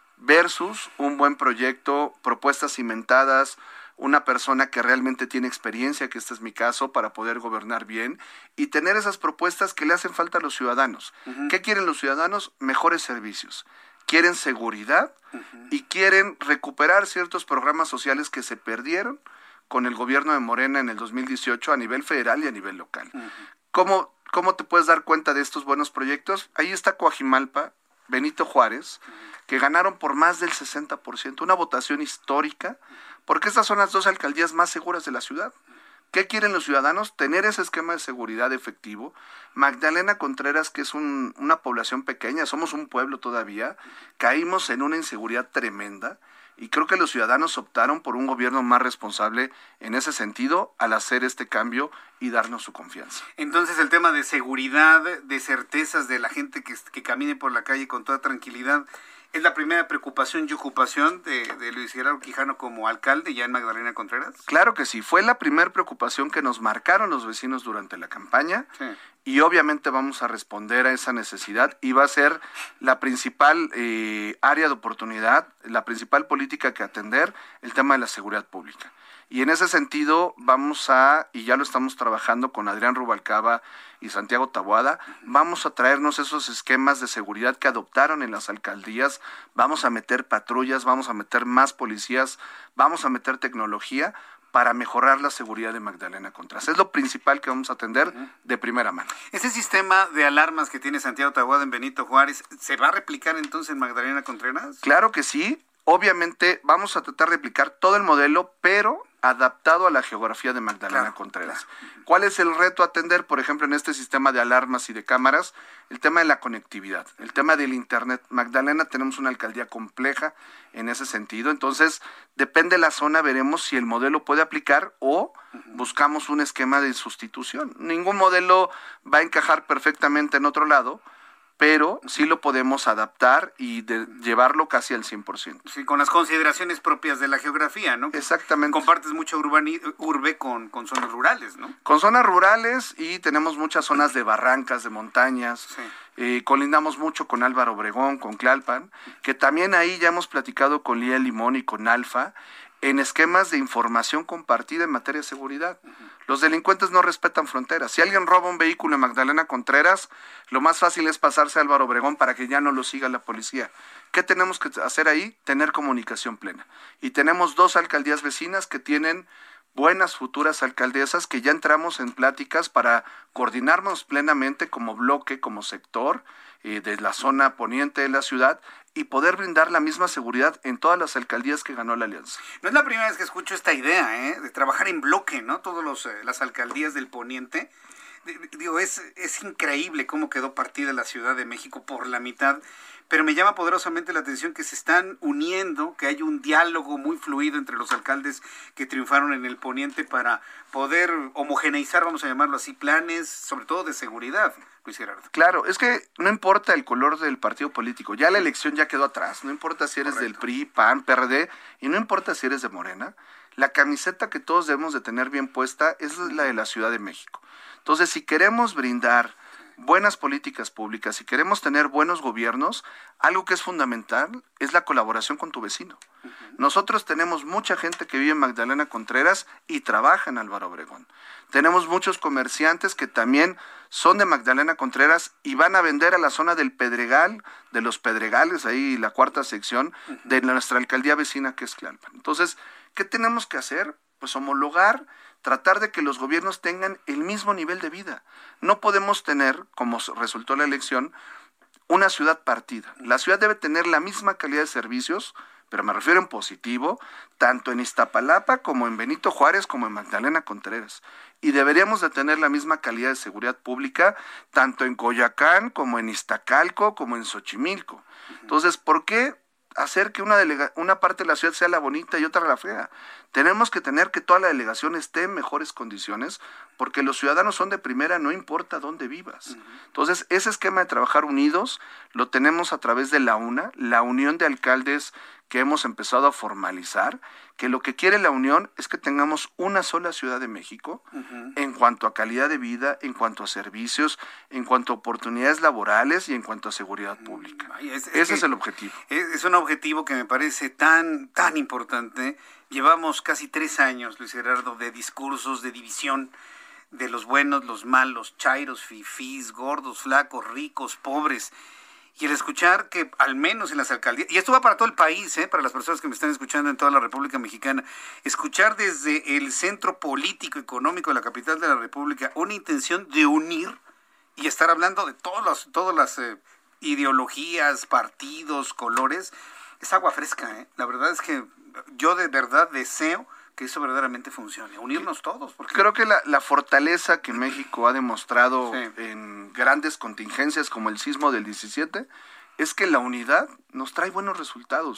versus un buen proyecto, propuestas cimentadas, una persona que realmente tiene experiencia, que este es mi caso, para poder gobernar bien y tener esas propuestas que le hacen falta a los ciudadanos. Uh-huh. ¿Qué quieren los ciudadanos? Mejores servicios. Quieren seguridad uh-huh. y quieren recuperar ciertos programas sociales que se perdieron con el gobierno de Morena en el dos mil dieciocho a nivel federal y a nivel local. Uh-huh. ¿Cómo, cómo te puedes dar cuenta de estos buenos proyectos? Ahí está Coajimalpa, Benito Juárez, uh-huh. que ganaron por más del sesenta por ciento, una votación histórica, porque estas son las dos alcaldías más seguras de la ciudad. ¿Qué quieren los ciudadanos? Tener ese esquema de seguridad efectivo. Magdalena Contreras, que es un, una población pequeña, somos un pueblo todavía, caímos en una inseguridad tremenda Y creo que los ciudadanos optaron por un gobierno más responsable en ese sentido al hacer este cambio y darnos su confianza. Entonces el tema de seguridad, de certezas de la gente que, que camine por la calle con toda tranquilidad, ¿es la primera preocupación y ocupación de, de Luis Gerardo Quijano como alcalde ya en Magdalena Contreras? Claro que sí, fue la primera preocupación que nos marcaron los vecinos durante la campaña. Sí. Y obviamente vamos a responder a esa necesidad y va a ser la principal eh, área de oportunidad, la principal política que atender, el tema de la seguridad pública. Y en ese sentido vamos a, y ya lo estamos trabajando con Adrián Rubalcaba y Santiago Taboada, vamos a traernos esos esquemas de seguridad que adoptaron en las alcaldías, vamos a meter patrullas, vamos a meter más policías, vamos a meter tecnología para mejorar la seguridad de Magdalena Contreras. Es lo principal que vamos a atender de primera mano. ¿Ese sistema de alarmas que tiene Santiago Taboada en Benito Juárez, se va a replicar entonces en Magdalena Contreras? Claro que sí. Obviamente vamos a tratar de replicar todo el modelo, pero adaptado a la geografía de Magdalena claro, Contreras. Claro. ¿Cuál es el reto a atender, por ejemplo, en este sistema de alarmas y de cámaras? El tema de la conectividad, el tema del internet. Magdalena tenemos una alcaldía compleja en ese sentido, entonces depende de la zona, veremos si el modelo puede aplicar o uh-huh. buscamos un esquema de sustitución. Ningún modelo va a encajar perfectamente en otro lado, pero sí lo podemos adaptar y de llevarlo casi al cien por ciento. Sí, con las consideraciones propias de la geografía, ¿no? Exactamente. Compartes mucho urbani- urbe con, con zonas rurales, ¿no? Con zonas rurales y tenemos muchas zonas de barrancas, de montañas. Sí. Eh, colindamos mucho con Álvaro Obregón, con Tlalpan, que también ahí ya hemos platicado con Lía Limón y con Alfa, en esquemas de información compartida en materia de seguridad. Uh-huh. Los delincuentes no respetan fronteras. Si alguien roba un vehículo en Magdalena Contreras, lo más fácil es pasarse a Álvaro Obregón para que ya no lo siga la policía. ¿Qué tenemos que hacer ahí? Tener comunicación plena. Y tenemos dos alcaldías vecinas que tienen buenas futuras alcaldesas que ya entramos en pláticas para coordinarnos plenamente como bloque, como sector eh, de la zona poniente de la ciudad y poder brindar la misma seguridad en todas las alcaldías que ganó la alianza. No es la primera vez que escucho esta idea, ¿eh? de trabajar en bloque, ¿no? Todas los, eh, las alcaldías del poniente. Digo, es, es increíble cómo quedó partida la Ciudad de México por la mitad, pero me llama poderosamente la atención que se están uniendo, que hay un diálogo muy fluido entre los alcaldes que triunfaron en el poniente para poder homogeneizar, vamos a llamarlo así, planes, sobre todo de seguridad, Luis Gerardo. Claro, es que no importa el color del partido político, ya la elección ya quedó atrás, no importa si eres Correcto. Del P R I, P A N, P R D, y no importa si eres de Morena, la camiseta que todos debemos de tener bien puesta es la de la Ciudad de México. Entonces, si queremos brindar buenas políticas públicas, si queremos tener buenos gobiernos, algo que es fundamental es la colaboración con tu vecino. Uh-huh. Nosotros tenemos mucha gente que vive en Magdalena Contreras y trabaja en Álvaro Obregón. Tenemos muchos comerciantes que también son de Magdalena Contreras y van a vender a la zona del Pedregal, de los Pedregales, ahí la cuarta sección uh-huh. de nuestra alcaldía vecina que es Tlalpan. Entonces, ¿qué tenemos que hacer? Pues homologar, tratar de que los gobiernos tengan el mismo nivel de vida. No podemos tener, como resultó la elección, una ciudad partida. La ciudad debe tener la misma calidad de servicios, pero me refiero en positivo, tanto en Iztapalapa como en Benito Juárez como en Magdalena Contreras. Y deberíamos de tener la misma calidad de seguridad pública, tanto en Coyoacán como en Iztacalco como en Xochimilco. Entonces, ¿por qué hacer que una, delega- una parte de la ciudad sea la bonita y otra la fea? Tenemos que tener que toda la delegación esté en mejores condiciones, porque los ciudadanos son de primera, no importa dónde vivas. Uh-huh. Entonces, ese esquema de trabajar unidos lo tenemos a través de la UNA, la Unión de Alcaldes que hemos empezado a formalizar, que lo que quiere la Unión es que tengamos una sola Ciudad de México uh-huh. en cuanto a calidad de vida, en cuanto a servicios, en cuanto a oportunidades laborales y en cuanto a seguridad pública. Ay, es, es ese es el objetivo. Es, es un objetivo que me parece tan, tan importante. Llevamos casi tres años, Luis Gerardo, de discursos de división de los buenos, los malos, chairos, fifís, gordos, flacos, ricos, pobres. Y el escuchar que al menos en las alcaldías, y esto va para todo el país, ¿eh? para las personas que me están escuchando en toda la República Mexicana, escuchar desde el centro político, económico de la capital de la República una intención de unir y estar hablando de todos los, todas las eh, ideologías, partidos, colores, es agua fresca. ¿eh? La verdad es que yo de verdad deseo que eso verdaderamente funcione, unirnos todos. Porque... Creo que la, la fortaleza que México ha demostrado sí. en grandes contingencias como el sismo del diecisiete es que la unidad nos trae buenos resultados.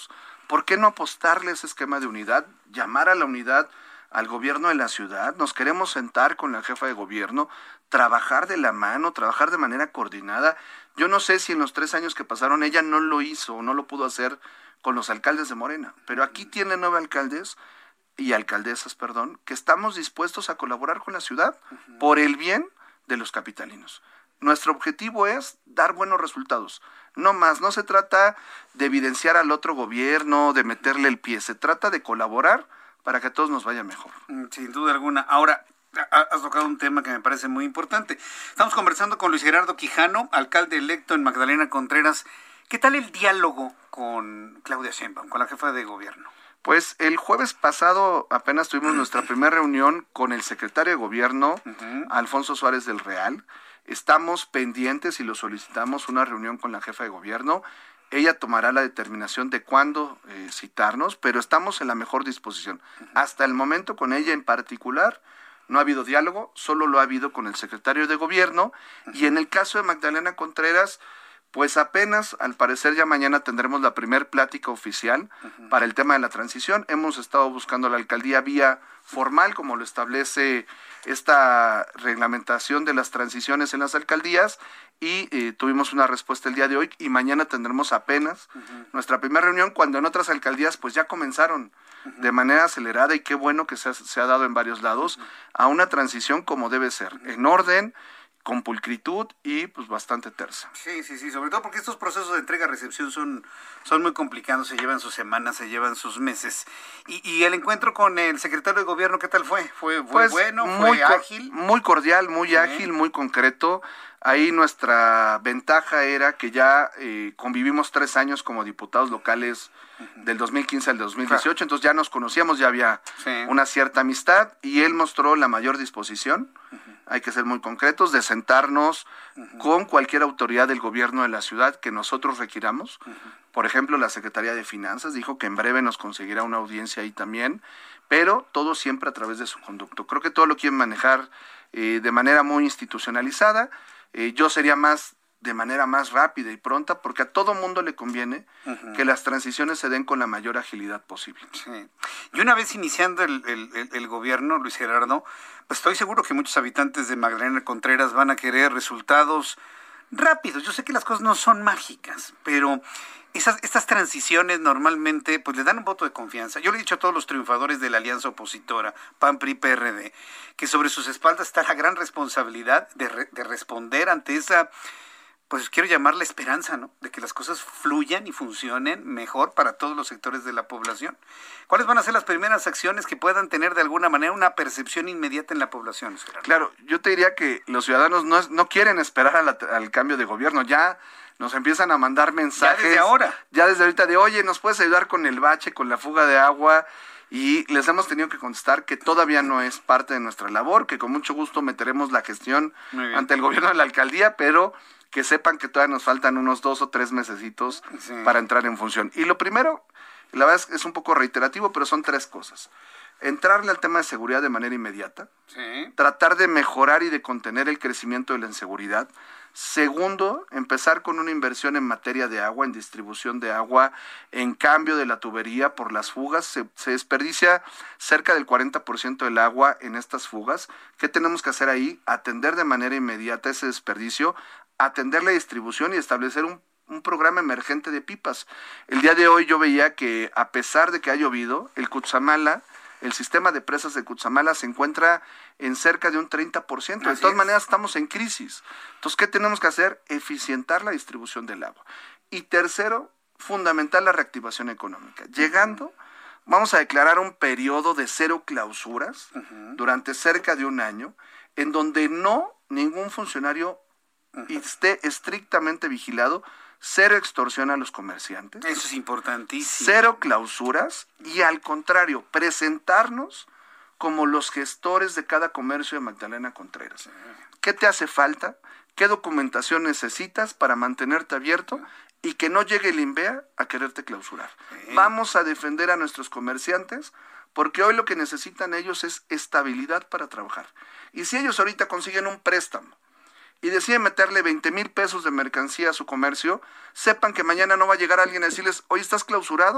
¿por qué no apostarle ese esquema de unidad? Llamar a la unidad al gobierno de la ciudad, nos queremos sentar con la jefa de gobierno, trabajar de la mano, trabajar de manera coordinada. Yo no sé si en los tres años que pasaron ella no lo hizo o no lo pudo hacer con los alcaldes de Morena, pero aquí tiene nueve alcaldes y alcaldesas, perdón, que estamos dispuestos a colaborar con la ciudad uh-huh. por el bien de los capitalinos. Nuestro objetivo es dar buenos resultados, no más, no se trata de evidenciar al otro gobierno, de meterle el pie, se trata de colaborar para que a todos nos vaya mejor. Sin duda alguna. Ahora, has tocado un tema que me parece muy importante. Estamos conversando con Luis Gerardo Quijano, alcalde electo en Magdalena Contreras. ¿Qué tal el diálogo con Claudia Sheinbaum, con la jefa de gobierno? Pues el jueves pasado apenas tuvimos nuestra primera reunión con el secretario de gobierno, uh-huh. Alfonso Suárez del Real. Estamos pendientes y lo solicitamos una reunión con la jefa de gobierno. Ella tomará la determinación de cuándo eh, citarnos, pero estamos en la mejor disposición. Uh-huh. Hasta el momento con ella en particular no ha habido diálogo, solo lo ha habido con el secretario de gobierno. Uh-huh. Y en el caso de Magdalena Contreras, pues apenas, al parecer ya mañana tendremos la primer plática oficial uh-huh. para el tema de la transición. Hemos estado buscando la alcaldía vía formal, como lo establece esta reglamentación de las transiciones en las alcaldías, y eh, tuvimos una respuesta el día de hoy, y mañana tendremos apenas uh-huh. nuestra primera reunión, cuando en otras alcaldías pues ya comenzaron uh-huh. de manera acelerada, y qué bueno que se ha, se ha dado en varios lados, uh-huh. a una transición como debe ser, uh-huh. en orden, con pulcritud y pues bastante tersa. Sí, sí, sí, sobre todo porque estos procesos de entrega-recepción son, son muy complicados, se llevan sus semanas, se llevan sus meses. Y, y el encuentro con el secretario de gobierno, ¿qué tal fue? ¿Fue, fue pues bueno? ¿Fue muy ágil? Muy cordial, muy sí. ágil, muy concreto. Ahí nuestra ventaja era que ya eh, convivimos tres años como diputados locales uh-huh. del dos mil quince al dos mil dieciocho, claro. Entonces ya nos conocíamos, ya había sí. una cierta amistad, y él mostró la mayor disposición, uh-huh. hay que ser muy concretos, de sentarnos uh-huh. con cualquier autoridad del gobierno de la ciudad que nosotros requiramos. Uh-huh. Por ejemplo, la Secretaría de Finanzas dijo que en breve nos conseguirá una audiencia ahí también, pero todo siempre a través de su conducto. Creo que todo lo quieren manejar eh, de manera muy institucionalizada. Eh, yo sería más de manera más rápida y pronta, porque a todo mundo le conviene uh-huh. que las transiciones se den con la mayor agilidad posible. Sí. Y una vez iniciando el, el, el gobierno, Luis Gerardo, pues estoy seguro que muchos habitantes de Magdalena Contreras van a querer resultados rápidos. Yo sé que las cosas no son mágicas, pero esas, estas transiciones normalmente pues le dan un voto de confianza. Yo le he dicho a todos los triunfadores de la alianza opositora, P A N, P R I, P R D, que sobre sus espaldas está la gran responsabilidad de, re, de responder ante esa, pues quiero llamarla esperanza, ¿no? De que las cosas fluyan y funcionen mejor para todos los sectores de la población. ¿Cuáles van a ser las primeras acciones que puedan tener de alguna manera una percepción inmediata en la población, Gerardo? Claro, yo te diría que los ciudadanos no, no quieren esperar a la, al cambio de gobierno, ya nos empiezan a mandar mensajes. Ya desde ahora. Ya desde ahorita de, oye, ¿nos puedes ayudar con el bache, con la fuga de agua? Y les hemos tenido que contestar que todavía no es parte de nuestra labor, que con mucho gusto meteremos la gestión ante el gobierno de la alcaldía, pero que sepan que todavía nos faltan unos dos o tres mesecitos sí. para entrar en función. Y lo primero, la verdad es, es un poco reiterativo, pero son tres cosas. Entrarle al tema de seguridad de manera inmediata, sí. tratar de mejorar y de contener el crecimiento de la inseguridad. Segundo, empezar con una inversión en materia de agua, en distribución de agua, en cambio de la tubería por las fugas. Se, se desperdicia cerca del cuarenta por ciento del agua en estas fugas. ¿Qué tenemos que hacer ahí? Atender de manera inmediata ese desperdicio, atender la distribución y establecer un, un programa emergente de pipas. El día de hoy yo veía que, a pesar de que ha llovido, el Cutzamala, el sistema de presas de Cutzamala se encuentra en cerca de un treinta por ciento. De todas es. maneras, estamos en crisis. Entonces, ¿qué tenemos que hacer? Eficientar la distribución del agua. Y tercero, fundamental la reactivación económica. Llegando, vamos a declarar un periodo de cero clausuras uh-huh. durante cerca de un año, en donde no ningún funcionario uh-huh. esté estrictamente vigilado. Cero extorsión a los comerciantes. Eso es importantísimo. Cero clausuras y, al contrario, presentarnos como los gestores de cada comercio de Magdalena Contreras. ¿Qué te hace falta? ¿Qué documentación necesitas para mantenerte abierto y que no llegue el INVEA a quererte clausurar? Sí. Vamos a defender a nuestros comerciantes, porque hoy lo que necesitan ellos es estabilidad para trabajar. Y si ellos ahorita consiguen un préstamo y deciden meterle veinte mil pesos de mercancía a su comercio, sepan que mañana no va a llegar alguien a decirles, hoy estás clausurado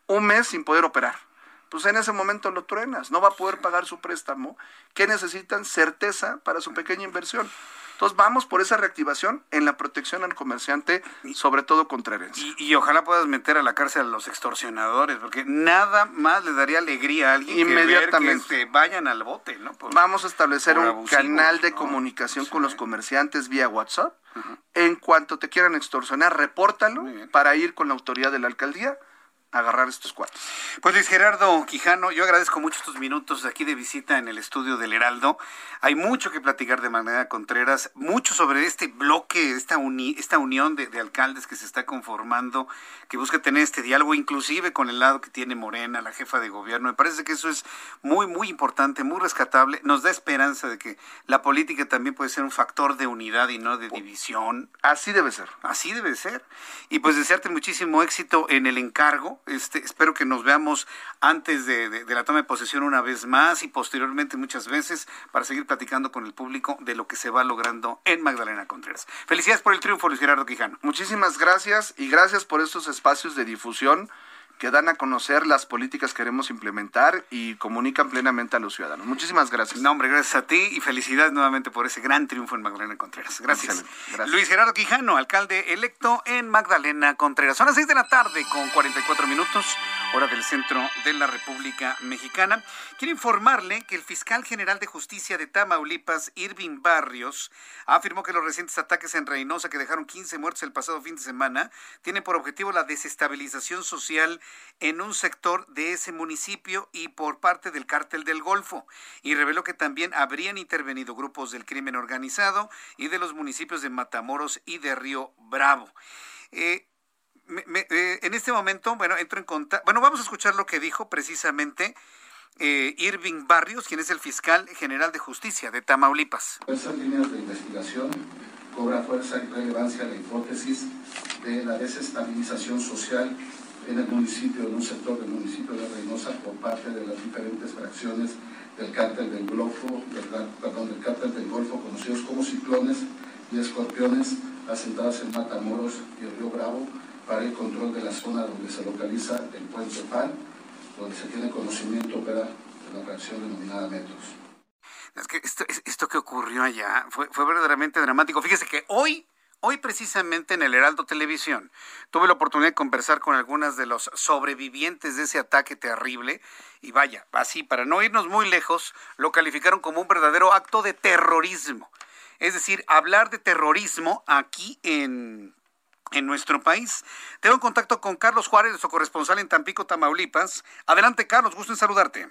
un mes sin poder operar. Pues en ese momento lo truenas, no va a poder pagar su préstamo. ¿Qué necesitan? Certeza para su pequeña inversión. Entonces vamos por esa reactivación en la protección al comerciante, sobre todo contra herencia. Y, y ojalá puedas meter a la cárcel a los extorsionadores, porque nada más le daría alegría a alguien inmediatamente que ver que vayan al bote, ¿no? Por, vamos a establecer un abusivos, canal de ¿no? comunicación sí. con los comerciantes vía WhatsApp. Uh-huh. En cuanto te quieran extorsionar, repórtalo para ir con la autoridad de la alcaldía a agarrar estos cuatro. Pues Luis Gerardo Quijano, yo agradezco mucho estos minutos aquí de visita en el estudio del Heraldo. Hay mucho que platicar de Magdalena Contreras, mucho sobre este bloque, esta, uni, esta unión de, de alcaldes que se está conformando, que busca tener este diálogo inclusive con el lado que tiene Morena, la jefa de gobierno. Me parece que eso es muy, muy importante, muy rescatable. Nos da esperanza de que la política también puede ser un factor de unidad y no de división. Así debe ser. Así debe ser. Y pues desearte muchísimo éxito en el encargo. Este, espero que nos veamos antes de, de, de la toma de posesión una vez más y posteriormente muchas veces para seguir platicando con el público de lo que se va logrando en Magdalena Contreras. Felicidades por el triunfo, Luis Gerardo Quijano. Muchísimas gracias y gracias por estos espacios de difusión que dan a conocer las políticas que queremos implementar y comunican plenamente a los ciudadanos. Muchísimas gracias. No, hombre, gracias a ti y felicidades nuevamente por ese gran triunfo en Magdalena Contreras. Gracias. Gracias. Luis Gerardo Quijano, alcalde electo en Magdalena Contreras. Son las seis de la tarde con cuarenta y cuatro minutos, hora del centro de la República Mexicana. Quiero informarle que el fiscal general de justicia de Tamaulipas, Irving Barrios, afirmó que los recientes ataques en Reynosa, que dejaron quince muertos el pasado fin de semana, tienen por objetivo la desestabilización social en un sector de ese municipio y por parte del Cártel del Golfo, y reveló que también habrían intervenido grupos del crimen organizado y de los municipios de Matamoros y de Río Bravo. Eh, me, me, eh, en este momento, bueno, entro en contacto, bueno, vamos a escuchar lo que dijo precisamente eh, Irving Barrios, quien es el fiscal general de justicia de Tamaulipas. Esas líneas de investigación cobra fuerza y relevancia la hipótesis de la desestabilización social en el municipio, en un sector del municipio de Reynosa por parte de las diferentes fracciones del Cártel del Golfo, del, perdón, del Cártel del Golfo, conocidos como Ciclones y Escorpiones, asentados en Matamoros y Río Bravo, para el control de la zona donde se localiza el puente Pan, donde se tiene conocimiento opera de la fracción denominada Metros. Es que esto, esto que ocurrió allá fue, fue verdaderamente dramático. Fíjese que hoy Hoy precisamente en el Heraldo Televisión tuve la oportunidad de conversar con algunas de los sobrevivientes de ese ataque terrible y vaya, así para no irnos muy lejos, lo calificaron como un verdadero acto de terrorismo. Es decir, hablar de terrorismo aquí en, en nuestro país. Tengo contacto con Carlos Juárez, nuestro corresponsal en Tampico, Tamaulipas. Adelante, Carlos, gusto en saludarte.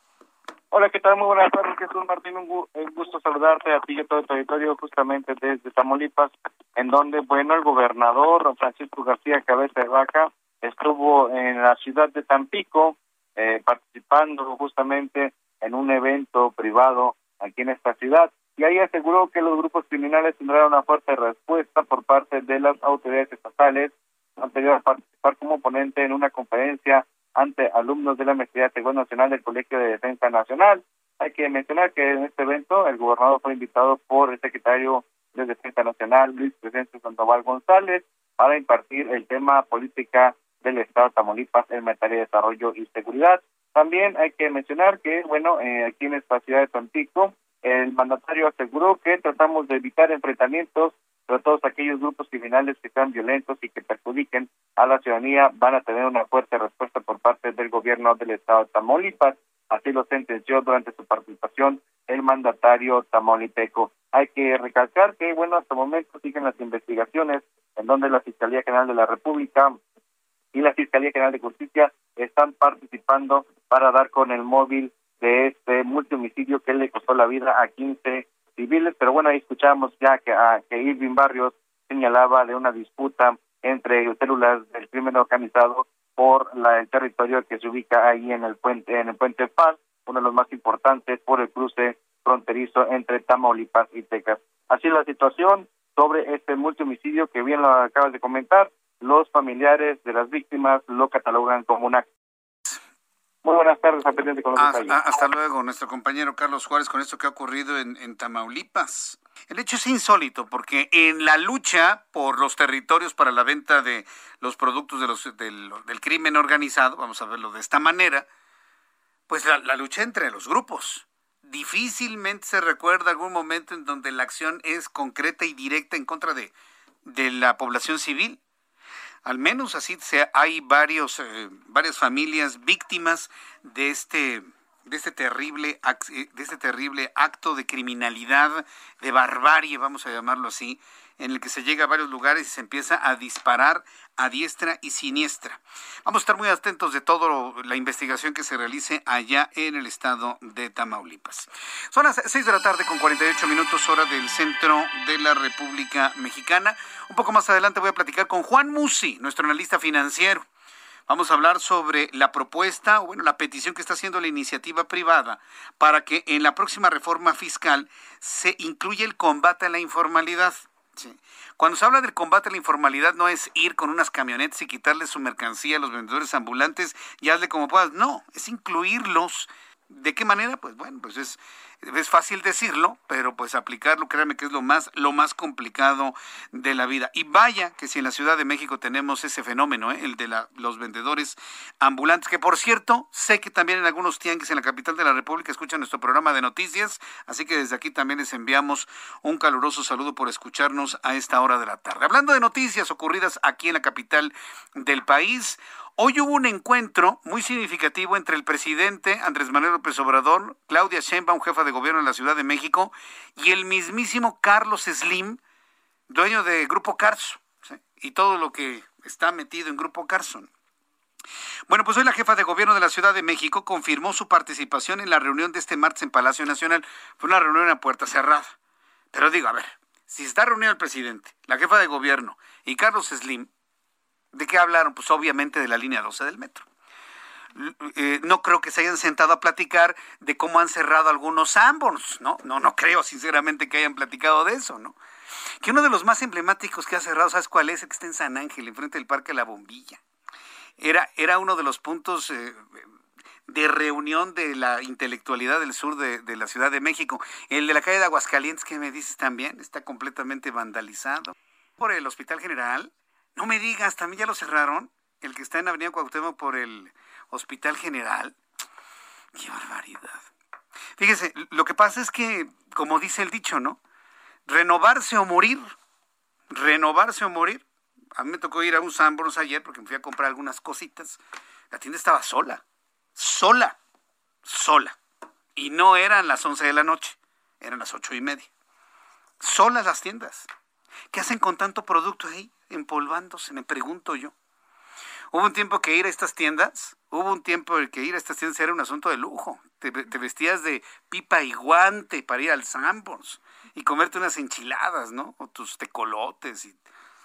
Hola, ¿qué tal? Muy buenas tardes, Jesús Martín, un, gu- un gusto saludarte a ti y a todo el territorio justamente desde Tamaulipas, en donde, bueno, el gobernador Francisco García Cabeza de Vaca estuvo en la ciudad de Tampico eh, participando justamente en un evento privado aquí en esta ciudad, y ahí aseguró que los grupos criminales tendrán una fuerte respuesta por parte de las autoridades estatales, anterior a participar como ponente en una conferencia ante alumnos de la Universidad de Seguridad Nacional del Colegio de Defensa Nacional. Hay que mencionar que en este evento el gobernador fue invitado por el secretario de Defensa Nacional, Luis Crescencio Sandoval González, para impartir el tema política del Estado de Tamaulipas en materia de desarrollo y seguridad. También hay que mencionar que, bueno, eh, aquí en esta ciudad de Tampico, el mandatario aseguró que tratamos de evitar enfrentamientos, pero todos aquellos grupos criminales que sean violentos y que perjudiquen a la ciudadanía van a tener una fuerte respuesta por parte del gobierno del Estado de Tamaulipas. Así lo sentenció durante su participación el mandatario tamaulipeco. Hay que recalcar que, bueno, hasta el momento siguen las investigaciones en donde la Fiscalía General de la República y la Fiscalía General de Justicia están participando para dar con el móvil de este multihomicidio que le costó la vida a quince civiles, pero bueno, ahí escuchamos ya que, a, que Irving Barrios señalaba de una disputa entre células del crimen organizado por la, el territorio que se ubica ahí en el puente en el puente Paz, uno de los más importantes por el cruce fronterizo entre Tamaulipas y Texas. Así la situación sobre este multihomicidio que bien lo acabas de comentar, los familiares de las víctimas lo catalogan como una Muy buenas tardes, a pendiente con los hasta, detalles. hasta luego, nuestro compañero Carlos Juárez, con esto que ha ocurrido en, en Tamaulipas. El hecho es insólito porque en la lucha por los territorios para la venta de los productos de los, del, del crimen organizado, vamos a verlo de esta manera, pues la, la lucha entre los grupos. Difícilmente se recuerda algún momento en donde la acción es concreta y directa en contra de, de la población civil. Al menos así se, hay varios, eh, varias familias víctimas de este, de este terrible, de este terrible acto de criminalidad, de barbarie, vamos a llamarlo así, en el que se llega a varios lugares y se empieza a disparar a diestra y siniestra. Vamos a estar muy atentos de toda la investigación que se realice allá en el estado de Tamaulipas. Son las seis de la tarde con cuarenta y ocho minutos, hora del centro de la República Mexicana. Un poco más adelante voy a platicar con Juan Musi, nuestro analista financiero. Vamos a hablar sobre la propuesta, o bueno, la petición que está haciendo la iniciativa privada para que en la próxima reforma fiscal se incluya el combate a la informalidad. Sí. Cuando se habla del combate a la informalidad no es ir con unas camionetas y quitarle su mercancía a los vendedores ambulantes y hazle como puedas. No, es incluirlos. ¿De qué manera? Pues bueno, pues es, es fácil decirlo, pero pues aplicarlo, créanme que es lo más, lo más complicado de la vida. Y vaya que si en la Ciudad de México tenemos ese fenómeno, ¿eh? el de la, los vendedores ambulantes, que por cierto, sé que también en algunos tianguis en la capital de la República escuchan nuestro programa de noticias, así que desde aquí también les enviamos un caluroso saludo por escucharnos a esta hora de la tarde. Hablando de noticias ocurridas aquí en la capital del país, hoy hubo un encuentro muy significativo entre el presidente Andrés Manuel López Obrador, Claudia Sheinbaum, jefa de gobierno de la Ciudad de México, y el mismísimo Carlos Slim, dueño de Grupo Carso, ¿sí? Y todo lo que está metido en Grupo Carso. Bueno, pues hoy la jefa de gobierno de la Ciudad de México confirmó su participación en la reunión de este martes en Palacio Nacional. Fue una reunión a puerta cerrada. Pero digo, a ver, si está reunido el presidente, la jefa de gobierno y Carlos Slim, ¿de qué hablaron? Pues obviamente de la línea doce del metro. Eh, no creo que se hayan sentado a platicar de cómo han cerrado algunos Sanborns, ¿no? No, no creo sinceramente que hayan platicado de eso, ¿no? Que uno de los más emblemáticos que ha cerrado, ¿sabes cuál es? El que está en San Ángel, enfrente del Parque La Bombilla. Era, era uno de los puntos eh, de reunión de la intelectualidad del sur de, de la Ciudad de México. El de la calle de Aguascalientes, ¿qué me dices también? Está completamente vandalizado. Por el Hospital General, no me digas, ¿también ya lo cerraron? El que está en Avenida Cuauhtémoc por el Hospital General. ¡Qué barbaridad! Fíjese, lo que pasa es que, como dice el dicho, ¿no? Renovarse o morir. Renovarse o morir. A mí me tocó ir a un Sanborns ayer porque me fui a comprar algunas cositas. La tienda estaba sola. Sola. Sola. Y no eran las once de la noche. Eran las ocho y media. Solas las tiendas. ¿Qué hacen con tanto producto ahí? Empolvándose, me pregunto yo. Hubo un tiempo que ir a estas tiendas, hubo un tiempo en que ir a estas tiendas era un asunto de lujo. Te, te vestías de pipa y guante para ir al Sanborns y comerte unas enchiladas, ¿no? O tus tecolotes. Y...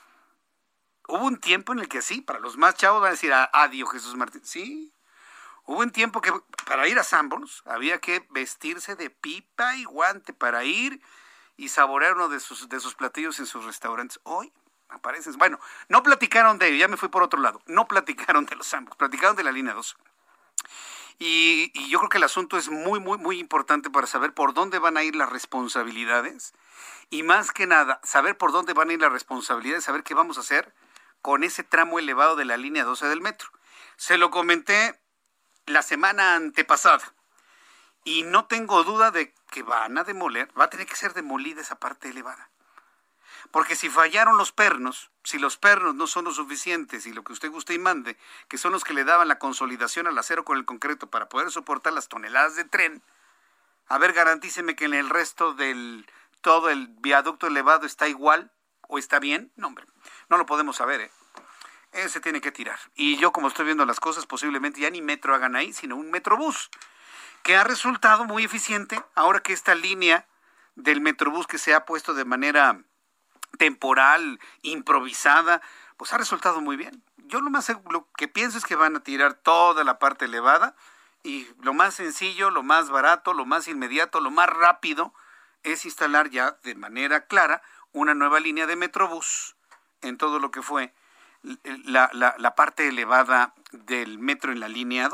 Hubo un tiempo en el que sí, para los más chavos van a decir, adiós Jesús Martín. Sí, hubo un tiempo que para ir a Sanborns había que vestirse de pipa y guante para ir y saborear uno de sus, de sus platillos en sus restaurantes. Hoy aparecen, bueno, no platicaron de ello, ya me fui por otro lado, no platicaron de los Sanborns, platicaron de la línea dos. Y, y yo creo que el asunto es muy, muy, muy importante para saber por dónde van a ir las responsabilidades y más que nada, saber por dónde van a ir las responsabilidades, saber qué vamos a hacer con ese tramo elevado de la línea doce del metro. Se lo comenté la semana antepasada y no tengo duda de que van a demoler, va a tener que ser demolida esa parte elevada. Porque si fallaron los pernos, si los pernos no son lo suficientes y lo que usted guste y mande, que son los que le daban la consolidación al acero con el concreto para poder soportar las toneladas de tren, a ver, garantíceme que en el resto del todo el viaducto elevado está igual o está bien. No, hombre, no lo podemos saber, ¿eh? Ese tiene que tirar. Y yo, como estoy viendo las cosas, posiblemente ya ni metro hagan ahí, sino un metrobús, que ha resultado muy eficiente ahora que esta línea del metrobús que se ha puesto de manera temporal, improvisada, pues ha resultado muy bien. Yo lo más lo que pienso es que van a tirar toda la parte elevada y lo más sencillo, lo más barato, lo más inmediato, lo más rápido es instalar ya de manera clara una nueva línea de metrobús en todo lo que fue la, la, la parte elevada del metro en la línea doce.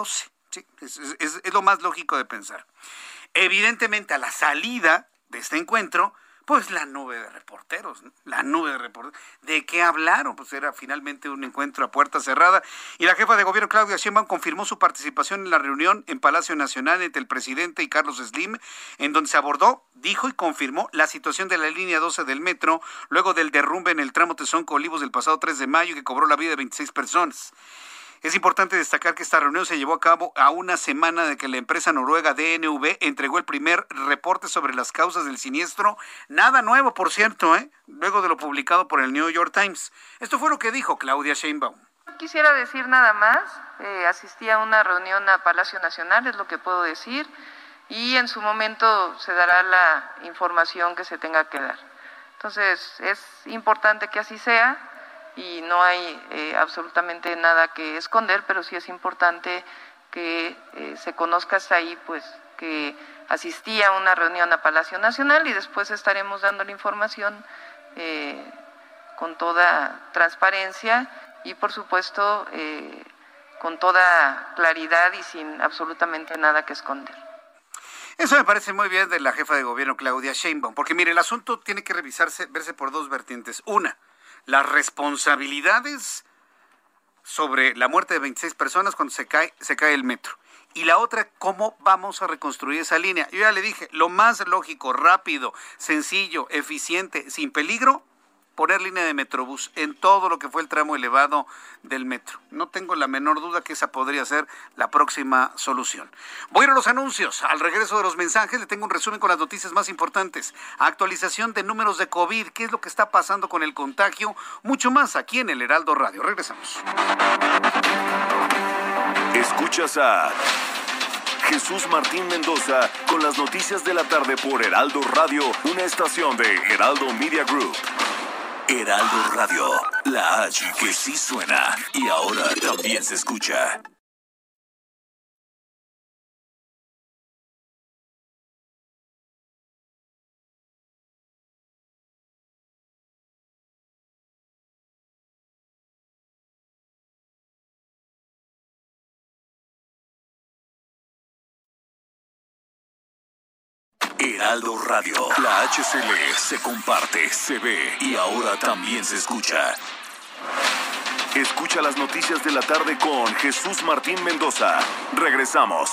Sí, es, es, es lo más lógico de pensar. Evidentemente, a la salida de este encuentro, pues la nube de reporteros, ¿no? La nube de reporteros. ¿De qué hablaron? Pues era finalmente un encuentro a puerta cerrada. Y la jefa de gobierno, Claudia Sheinbaum, confirmó su participación en la reunión en Palacio Nacional entre el presidente y Carlos Slim, en donde se abordó, dijo y confirmó la situación de la línea doce del metro, luego del derrumbe en el tramo Tezonco-Olivos del pasado tres de mayo, que cobró la vida de veintiséis personas. Es importante destacar que esta reunión se llevó a cabo a una semana de que la empresa noruega D N V entregó el primer reporte sobre las causas del siniestro. Nada nuevo, por cierto, ¿eh? Luego de lo publicado por el New York Times. Esto fue lo que dijo Claudia Sheinbaum. Quisiera decir nada más. Eh, asistí a una reunión a Palacio Nacional, es lo que puedo decir, y en su momento se dará la información que se tenga que dar. Entonces, es importante que así sea. Y no hay eh, absolutamente nada que esconder, pero sí es importante que eh, se conozca hasta ahí, pues, que asistí a una reunión a Palacio Nacional y después estaremos dando la información eh, con toda transparencia y, por supuesto, eh, con toda claridad y sin absolutamente nada que esconder. Eso me parece muy bien de la jefa de gobierno, Claudia Sheinbaum, porque, mire, el asunto tiene que revisarse, verse por dos vertientes. Una, las responsabilidades sobre la muerte de veintiséis personas cuando se cae, se cae el metro. Y la otra, cómo vamos a reconstruir esa línea. Yo ya le dije, lo más lógico, rápido, sencillo, eficiente, sin peligro, poner línea de Metrobús en todo lo que fue el tramo elevado del metro. No tengo la menor duda que esa podría ser la próxima solución. Voy a ir a los anuncios. Al regreso de los mensajes le tengo un resumen con las noticias más importantes. Actualización de números de COVID. ¿Qué es lo que está pasando con el contagio? Mucho más aquí en el Heraldo Radio. Regresamos. Escuchas a Jesús Martín Mendoza con las noticias de la tarde por Heraldo Radio, una estación de Heraldo Media Group. Heraldo Radio, la H que sí suena y ahora también se escucha. Heraldo Radio, la H C L se comparte, se ve y ahora también se escucha. Escucha las noticias de la tarde con Jesús Martín Mendoza. Regresamos.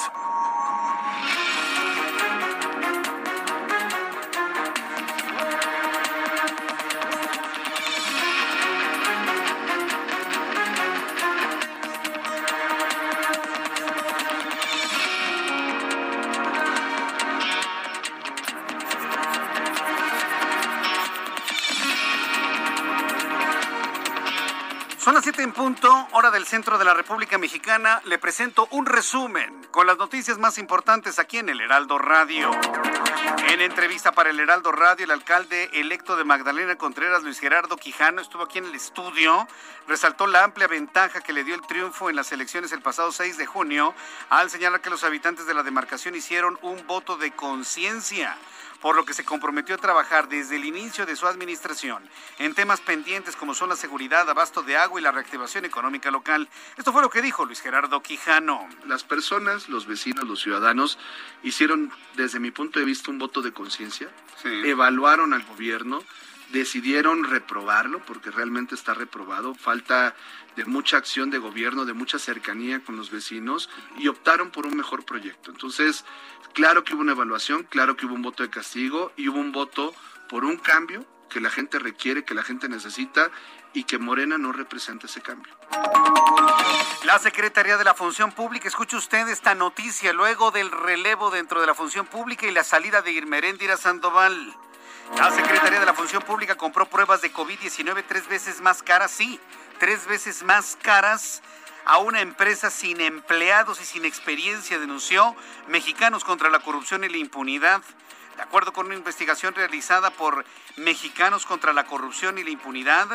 Son las siete en punto, hora del centro de la República Mexicana. Le presento un resumen con las noticias más importantes aquí en el Heraldo Radio. En entrevista para el Heraldo Radio, el alcalde electo de Magdalena Contreras, Luis Gerardo Quijano, estuvo aquí en el estudio. Resaltó la amplia ventaja que le dio el triunfo en las elecciones el pasado seis de junio, al señalar que los habitantes de la demarcación hicieron un voto de conciencia, por lo que se comprometió a trabajar desde el inicio de su administración en temas pendientes como son la seguridad, abasto de agua y la reactivación económica local. Esto fue lo que dijo Luis Gerardo Quijano. Las personas, los vecinos, los ciudadanos hicieron, desde mi punto de vista, un voto de conciencia, sí. Evaluaron al gobierno, decidieron reprobarlo porque realmente está reprobado, falta de mucha acción de gobierno, de mucha cercanía con los vecinos y optaron por un mejor proyecto. Entonces, claro que hubo una evaluación, claro que hubo un voto de castigo y hubo un voto por un cambio que la gente requiere, que la gente necesita y que Morena no representa ese cambio. La Secretaría de la Función Pública, escuche usted esta noticia luego del relevo dentro de la Función Pública y la salida de Irmeréndira Sandoval. La Secretaría de la Función Pública compró pruebas de COVID diecinueve tres veces más caras, sí, tres veces más caras a una empresa sin empleados y sin experiencia, denunció Mexicanos contra la Corrupción y la Impunidad. De acuerdo con una investigación realizada por Mexicanos contra la Corrupción y la Impunidad,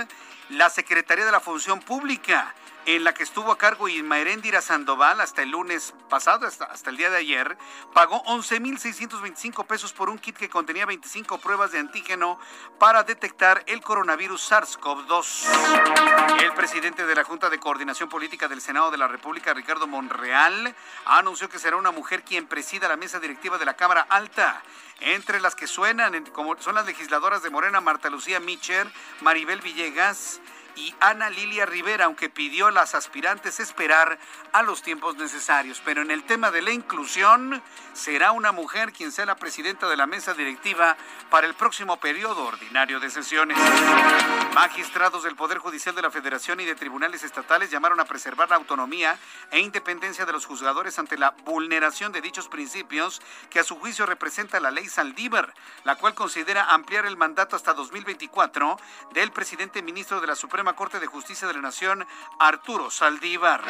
la Secretaría de la Función Pública, en la que estuvo a cargo Irma Heréndira Sandoval hasta el lunes pasado, hasta, hasta el día de ayer, pagó once mil seiscientos veinticinco pesos por un kit que contenía veinticinco pruebas de antígeno para detectar el coronavirus SARS-CoV dos. El presidente de la Junta de Coordinación Política del Senado de la República, Ricardo Monreal, anunció que será una mujer quien presida la mesa directiva de la Cámara Alta. Entre las que suenan, como son las legisladoras de Morena, Marta Lucía Mitcher, Maribel Villegas y Ana Lilia Rivera, aunque pidió a las aspirantes esperar a los tiempos necesarios. Pero en el tema de la inclusión, será una mujer quien sea la presidenta de la mesa directiva para el próximo periodo ordinario de sesiones. Magistrados del Poder Judicial de la Federación y de tribunales estatales llamaron a preservar la autonomía e independencia de los juzgadores ante la vulneración de dichos principios que a su juicio representa la ley Saldívar, la cual considera ampliar el mandato hasta dos mil veinticuatro del presidente ministro de la Suprema Corte de Justicia de la Nación, Arturo Saldívar.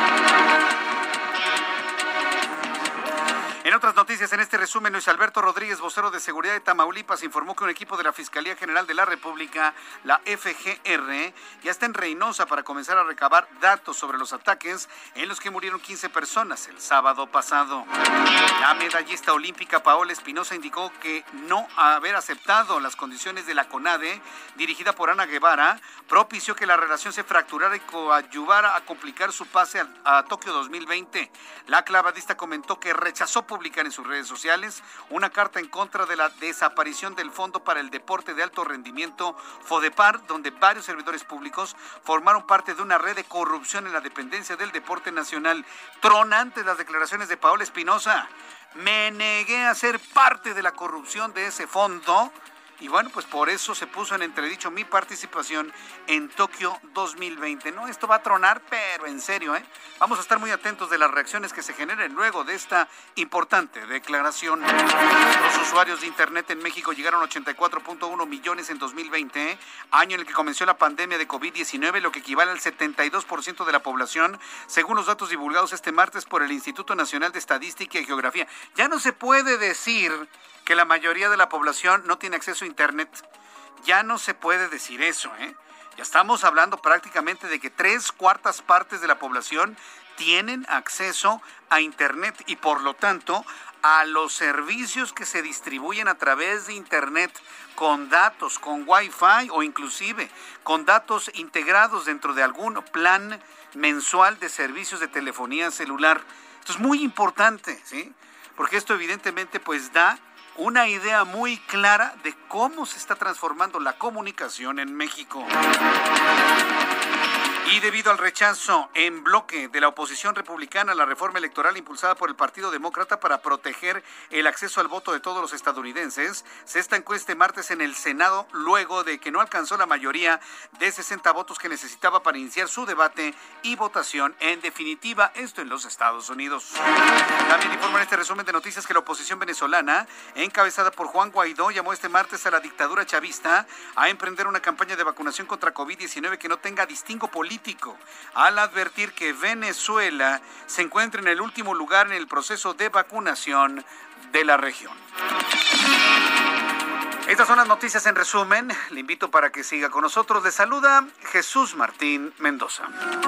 En otras noticias, en este resumen, Luis Alberto Rodríguez, vocero de Seguridad de Tamaulipas, informó que un equipo de la Fiscalía General de la República, la F G R, ya está en Reynosa para comenzar a recabar datos sobre los ataques en los que murieron quince personas el sábado pasado. La medallista olímpica Paola Espinosa indicó que no haber aceptado las condiciones de la CONADE, dirigida por Ana Guevara, propició que la relación se fracturara y coadyuvara a complicar su pase a, a Tokio dos mil veinte. La clavadista comentó que rechazó publicar en sus redes sociales una carta en contra de la desaparición del Fondo para el Deporte de Alto Rendimiento, FODEPAR, donde varios servidores públicos formaron parte de una red de corrupción en la dependencia del deporte nacional. Tronantes las declaraciones de Paola Espinosa. Me negué a ser parte de la corrupción de ese fondo. Y bueno, pues por eso se puso en entredicho mi participación en Tokio dos mil veinte. No, esto va a tronar, pero en serio, ¿eh? Vamos a estar muy atentos de las reacciones que se generen luego de esta importante declaración. Los usuarios de Internet en México llegaron a ochenta y cuatro punto uno millones en dos mil veinte, ¿eh? Año en el que comenzó la pandemia de COVID diecinueve, lo que equivale al setenta y dos por ciento de la población, según los datos divulgados este martes por el Instituto Nacional de Estadística y Geografía. Ya no se puede decir que la mayoría de la población no tiene acceso a Internet. Ya no se puede decir eso, ¿eh? Ya estamos hablando prácticamente de que tres cuartas partes de la población tienen acceso a Internet y por lo tanto a los servicios que se distribuyen a través de Internet con datos, con Wi-Fi o inclusive con datos integrados dentro de algún plan mensual de servicios de telefonía celular. Esto es muy importante, ¿sí? Porque esto evidentemente pues da una idea muy clara de cómo se está transformando la comunicación en México. Y debido al rechazo en bloque de la oposición republicana a la reforma electoral impulsada por el Partido Demócrata para proteger el acceso al voto de todos los estadounidenses, se estancó este martes en el Senado luego de que no alcanzó la mayoría de sesenta votos que necesitaba para iniciar su debate y votación en definitiva, esto en los Estados Unidos. También informa en este resumen de noticias que la oposición venezolana, encabezada por Juan Guaidó, llamó este martes a la dictadura chavista a emprender una campaña de vacunación contra COVID diecinueve que no tenga distingo político, al advertir que Venezuela se encuentra en el último lugar en el proceso de vacunación de la región. Estas son las noticias en resumen. Le invito para que siga con nosotros. Le saluda Jesús Martín Mendoza.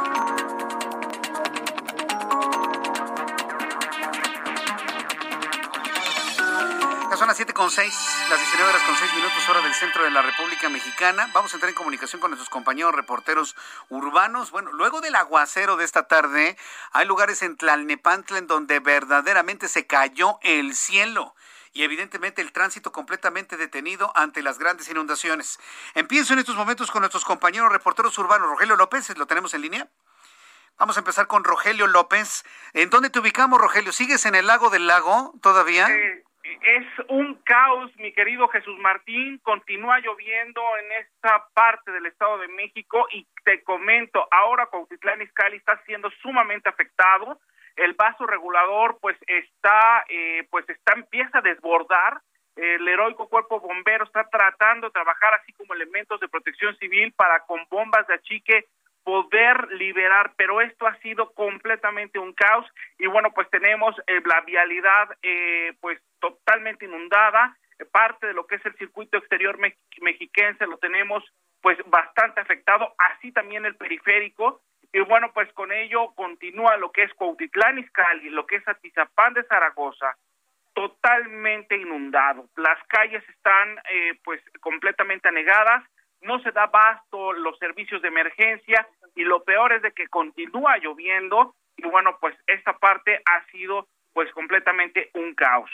Son las siete con seis, las diecinueve horas con seis minutos, hora del centro de la República Mexicana. Vamos a entrar en comunicación con nuestros compañeros reporteros urbanos. Bueno, luego del aguacero de esta tarde, hay lugares en Tlalnepantla en donde verdaderamente se cayó el cielo. Y evidentemente el tránsito completamente detenido ante las grandes inundaciones. Empiezo en estos momentos con nuestros compañeros reporteros urbanos. Rogelio López, ¿lo tenemos en línea? Vamos a empezar con Rogelio López. ¿En dónde te ubicamos, Rogelio? ¿Sigues en el Lago del Lago todavía? Eh, es un caos, mi querido Jesús Martín. Continúa lloviendo en esta parte del Estado de México y te comento, ahora Cuautitlán Izcalli está siendo sumamente afectado. El vaso regulador pues está, eh, pues está empieza a desbordar. El heroico cuerpo bombero está tratando de trabajar así como elementos de protección civil para con bombas de achique poder liberar, pero esto ha sido completamente un caos y bueno, pues tenemos eh, la vialidad eh, pues totalmente inundada, parte de lo que es el circuito exterior me- mexiquense lo tenemos pues bastante afectado, así también el periférico. Y bueno, pues con ello continúa lo que es Cuautitlán Izcalli, lo que es Atizapán de Zaragoza, totalmente inundado. Las calles están eh, pues completamente anegadas, no se da abasto los servicios de emergencia y lo peor es de que continúa lloviendo y bueno, pues esta parte ha sido pues completamente un caos.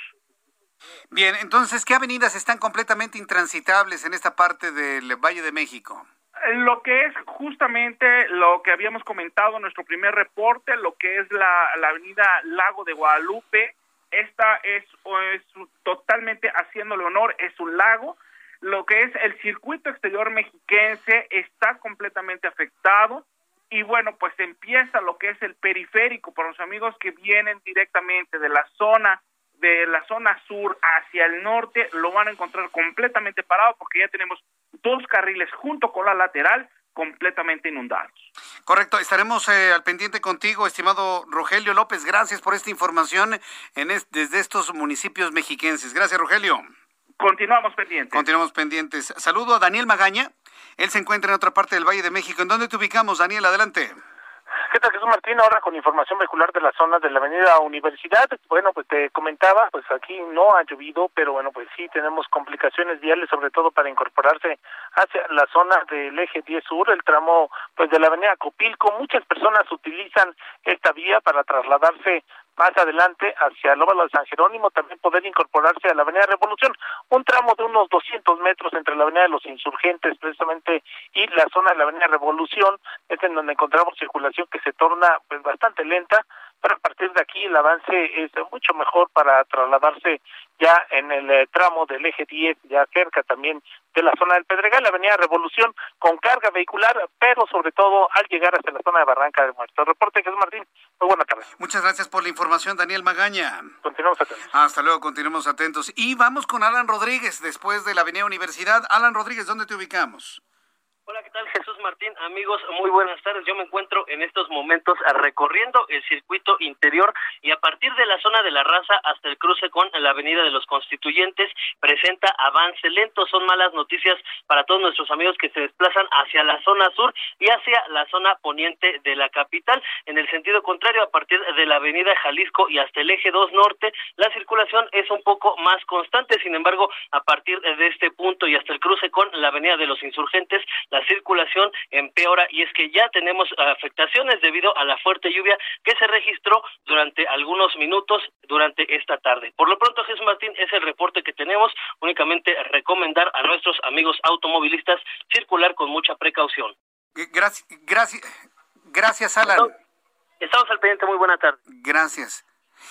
Bien, entonces, ¿qué avenidas están completamente intransitables en esta parte del Valle de México? Lo que es justamente lo que habíamos comentado en nuestro primer reporte, lo que es la, la avenida Lago de Guadalupe, esta es, es totalmente haciéndole honor, es un lago. Lo que es el circuito exterior mexiquense está completamente afectado y bueno, pues empieza lo que es el periférico para los amigos que vienen directamente de la zona de la zona sur hacia el norte, lo van a encontrar completamente parado porque ya tenemos dos carriles junto con la lateral completamente inundados. Correcto, estaremos eh, al pendiente contigo, estimado Rogelio López. Gracias por esta información en es, desde estos municipios mexiquenses. Gracias, Rogelio. Continuamos pendientes. Continuamos pendientes. Saludo a Daniel Magaña. Él se encuentra en otra parte del Valle de México. ¿En dónde te ubicamos, Daniel? Adelante. ¿Qué tal, Jesús Martín? Ahora con información vehicular de la zona de la avenida Universidad. Bueno, pues te comentaba, pues aquí no ha llovido, pero bueno, pues sí tenemos complicaciones viales, sobre todo para incorporarse hacia la zona del eje diez sur, el tramo pues de la avenida Copilco. Muchas personas utilizan esta vía para trasladarse más adelante hacia el óvalo de San Jerónimo, también poder incorporarse a la avenida Revolución, un tramo de unos doscientos metros entre la avenida de los Insurgentes precisamente y la zona de la avenida Revolución, es en donde encontramos circulación que se torna pues bastante lenta, pero a partir de aquí el avance es mucho mejor para trasladarse ya en el eh, tramo del eje diez, ya cerca también de la zona del Pedregal, la avenida Revolución con carga vehicular, pero sobre todo al llegar hasta la zona de Barranca de Muertos. Reporte Jesús Martín, muy buena tarde. Muchas gracias por la información, Daniel Magaña. Continuamos atentos. Hasta luego, continuemos atentos. Y vamos con Alan Rodríguez, después de la avenida Universidad. Alan Rodríguez, ¿dónde te ubicamos? Hola, ¿qué tal, Jesús Martín? Amigos, muy buenas tardes. Yo me encuentro en estos momentos recorriendo el circuito interior y a partir de la zona de la Raza hasta el cruce con la avenida de los Constituyentes presenta avance lento. Son malas noticias para todos nuestros amigos que se desplazan hacia la zona sur y hacia la zona poniente de la capital. En el sentido contrario, a partir de la avenida Jalisco y hasta el eje dos norte, la circulación es un poco más constante. Sin embargo, a partir de este punto y hasta el cruce con la avenida de los Insurgentes, la circulación empeora y es que ya tenemos afectaciones debido a la fuerte lluvia que se registró durante algunos minutos durante esta tarde. Por lo pronto, Jesús Martín, es el reporte que tenemos. Únicamente recomendar a nuestros amigos automovilistas circular con mucha precaución. Gracias, gracias, gracias, Alan. Estamos al pendiente, muy buena tarde. Gracias.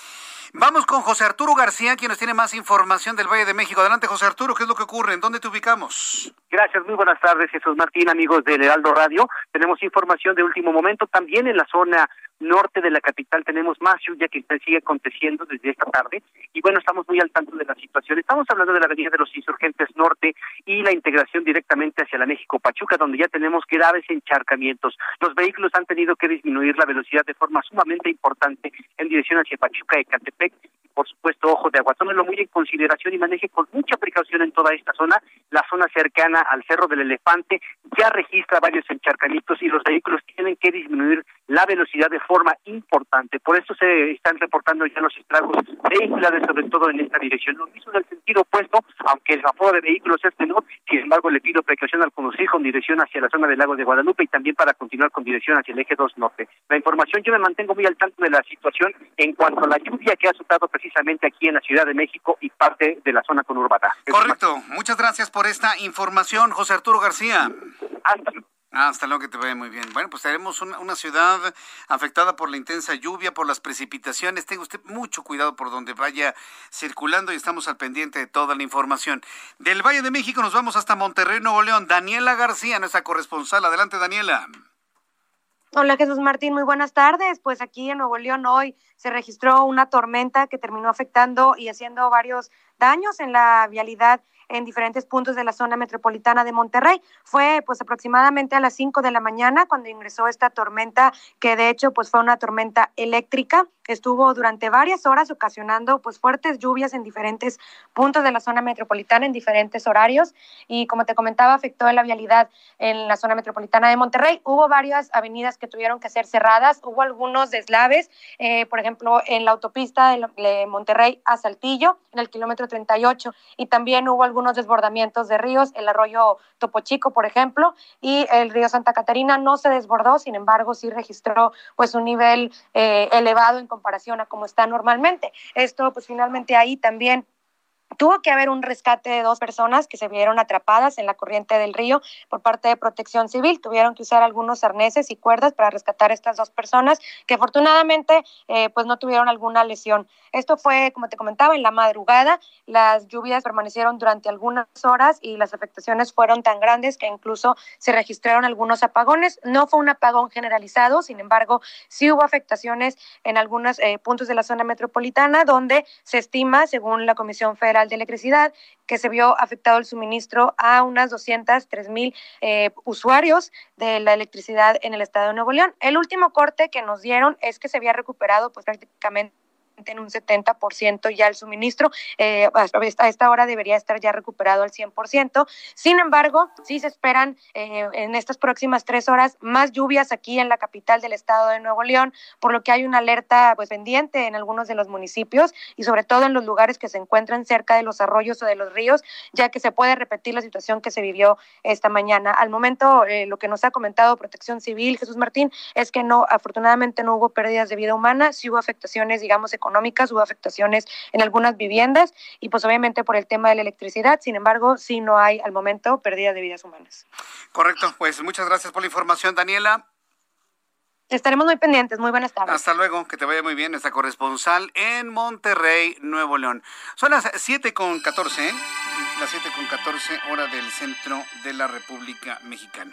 Vamos con José Arturo García, quien nos tiene más información del Valle de México. Adelante, José Arturo, ¿qué es lo que ocurre? ¿En dónde te ubicamos? Gracias, muy buenas tardes, Jesús Martín, amigos del Heraldo Radio. Tenemos información de último momento. También en la zona norte de la capital tenemos más lluvia que sigue aconteciendo desde esta tarde. Y bueno, estamos muy al tanto de la situación. Estamos hablando de la avenida de los Insurgentes Norte y la integración directamente hacia la México-Pachuca, donde ya tenemos graves encharcamientos. Los vehículos han tenido que disminuir la velocidad de forma sumamente importante en dirección hacia Pachuca y Ecatepec. Por supuesto, ojo de agua, tómelo muy en consideración y maneje con mucha precaución en toda esta zona. La zona cercana al Cerro del Elefante ya registra varios encharcamientos y los vehículos tienen que disminuir la velocidad de forma importante. Por eso se están reportando ya los estragos vehiculares, sobre todo en esta dirección. Lo mismo en el sentido opuesto, aunque el aforo de vehículos es menor, sin embargo le pido precaución al conducir con dirección hacia la zona del Lago de Guadalupe y también para continuar con dirección hacia el eje dos norte. La información, yo me mantengo muy al tanto de la situación en cuanto a la lluvia que ha azotado precisamente aquí en la Ciudad de México y parte de la zona conurbada. Correcto. Muchas gracias por esta información, José Arturo García. Hasta luego. Hasta luego, que te vaya muy bien. Bueno, pues tenemos una, una ciudad afectada por la intensa lluvia, por las precipitaciones. Tenga usted mucho cuidado por donde vaya circulando y estamos al pendiente de toda la información. Del Valle de México nos vamos hasta Monterrey, Nuevo León. Daniela García, nuestra corresponsal. Adelante, Daniela. Hola, Jesús Martín, muy buenas tardes. Pues aquí en Nuevo León hoy se registró una tormenta que terminó afectando y haciendo varios daños en la vialidad en diferentes puntos de la zona metropolitana de Monterrey. Fue pues aproximadamente a las cinco de la mañana cuando ingresó esta tormenta, que de hecho pues fue una tormenta eléctrica. Estuvo durante varias horas ocasionando pues fuertes lluvias en diferentes puntos de la zona metropolitana en diferentes horarios, y como te comentaba, afectó la vialidad en la zona metropolitana de Monterrey. Hubo varias avenidas que tuvieron que ser cerradas, hubo algunos deslaves, eh, por ejemplo en la autopista de, de Monterrey a Saltillo, en el kilómetro treinta y ocho, y también hubo algunos desbordamientos de ríos, el arroyo Topo Chico, por ejemplo, y el río Santa Catarina no se desbordó, sin embargo sí registró pues un nivel eh, elevado en comparación a como está normalmente. Esto pues finalmente ahí también tuvo que haber un rescate de dos personas que se vieron atrapadas en la corriente del río por parte de Protección Civil. Tuvieron que usar algunos arneses y cuerdas para rescatar a estas dos personas, que afortunadamente eh, pues no tuvieron alguna lesión. Esto fue, como te comentaba, en la madrugada. Las lluvias permanecieron durante algunas horas y las afectaciones fueron tan grandes que incluso se registraron algunos apagones. No fue un apagón generalizado, sin embargo, sí hubo afectaciones en algunos eh, puntos de la zona metropolitana, donde se estima, según la Comisión Federal de Electricidad, que se vio afectado el suministro a unas doscientos tres mil eh, usuarios de la electricidad en el estado de Nuevo León. El último corte que nos dieron es que se había recuperado pues prácticamente en un setenta por ciento ya el suministro. Eh, a esta hora debería estar ya recuperado al cien por ciento. Sin embargo, sí se esperan eh, en estas próximas tres horas más lluvias aquí en la capital del estado de Nuevo León, por lo que hay una alerta pues pendiente en algunos de los municipios y sobre todo en los lugares que se encuentran cerca de los arroyos o de los ríos, ya que se puede repetir la situación que se vivió esta mañana. Al momento, eh, lo que nos ha comentado Protección Civil, Jesús Martín, es que no, afortunadamente no hubo pérdidas de vida humana, sí hubo afectaciones, digamos, económicas, económicas, hubo afectaciones en algunas viviendas y pues obviamente por el tema de la electricidad. Sin embargo, sí no hay al momento pérdida de vidas humanas. Correcto, pues muchas gracias por la información, Daniela. Estaremos muy pendientes. Muy buenas tardes. Hasta luego, que te vaya muy bien, esta corresponsal en Monterrey, Nuevo León. Son las siete con catorce, ¿eh? Las siete con catorce, hora del centro de la República Mexicana.